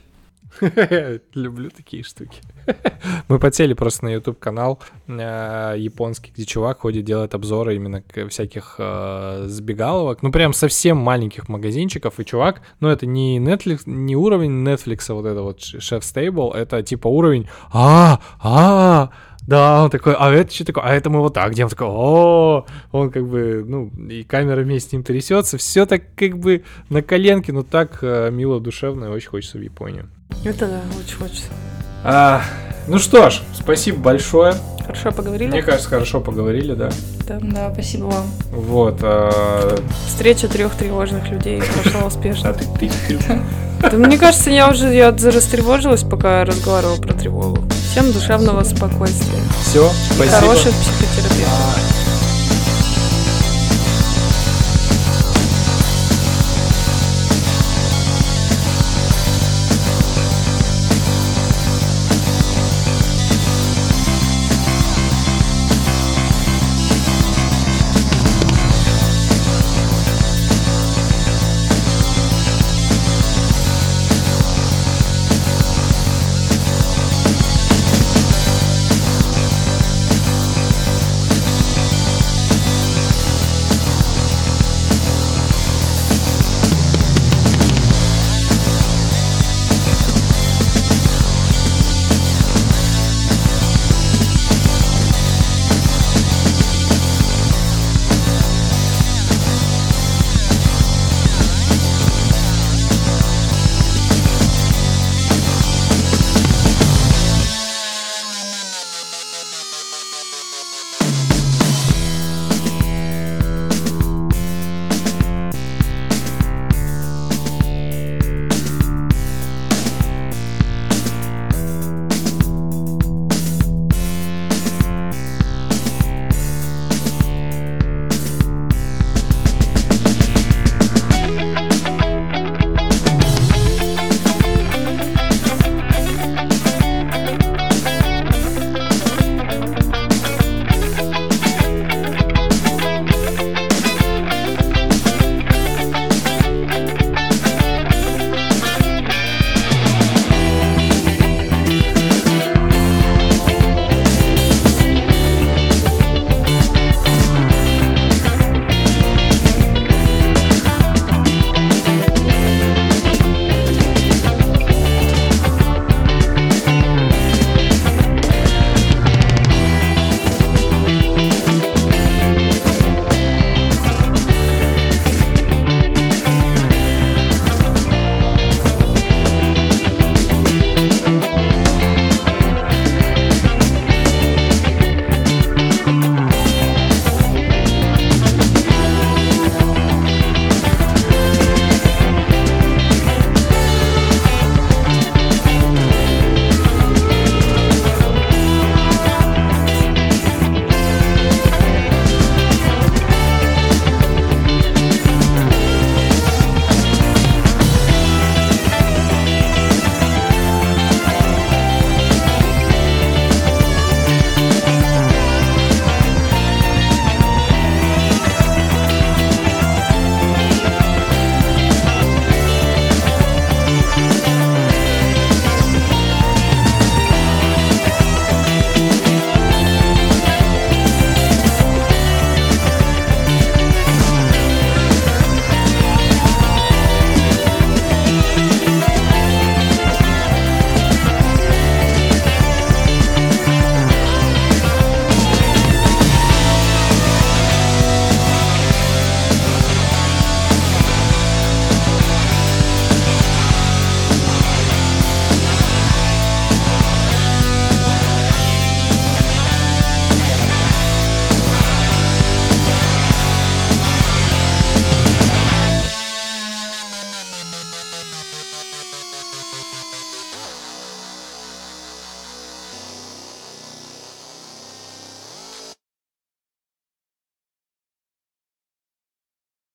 Люблю такие штуки. Мы подсели просто на YouTube-канал э, японский, где чувак ходит, делает обзоры именно всяких э, сбегаловок, ну прям совсем маленьких магазинчиков, и чувак, ну это не Netflix, не уровень Netflix, вот это вот Chef's Table, это типа уровень а а да, он такой, а это что такое? А это мы вот так делаем. Такой, о, он как бы, ну, и камера вместе с ним трясется, все так как бы на коленке, но так э, мило, душевно, и очень хочется в Японию. Это да, очень хочется. А, ну что ж, спасибо большое. Хорошо поговорили? Мне кажется, хорошо поговорили, да. Да, да, спасибо вам. Вот. А... Встреча трех тревожных людей прошла успешно. А ты, ты, ты. Да, мне кажется, я уже я растревожилась, пока я разговаривала про тревогу. Всем душевного спокойствия. Все, спасибо. Хороших психотерапевтов.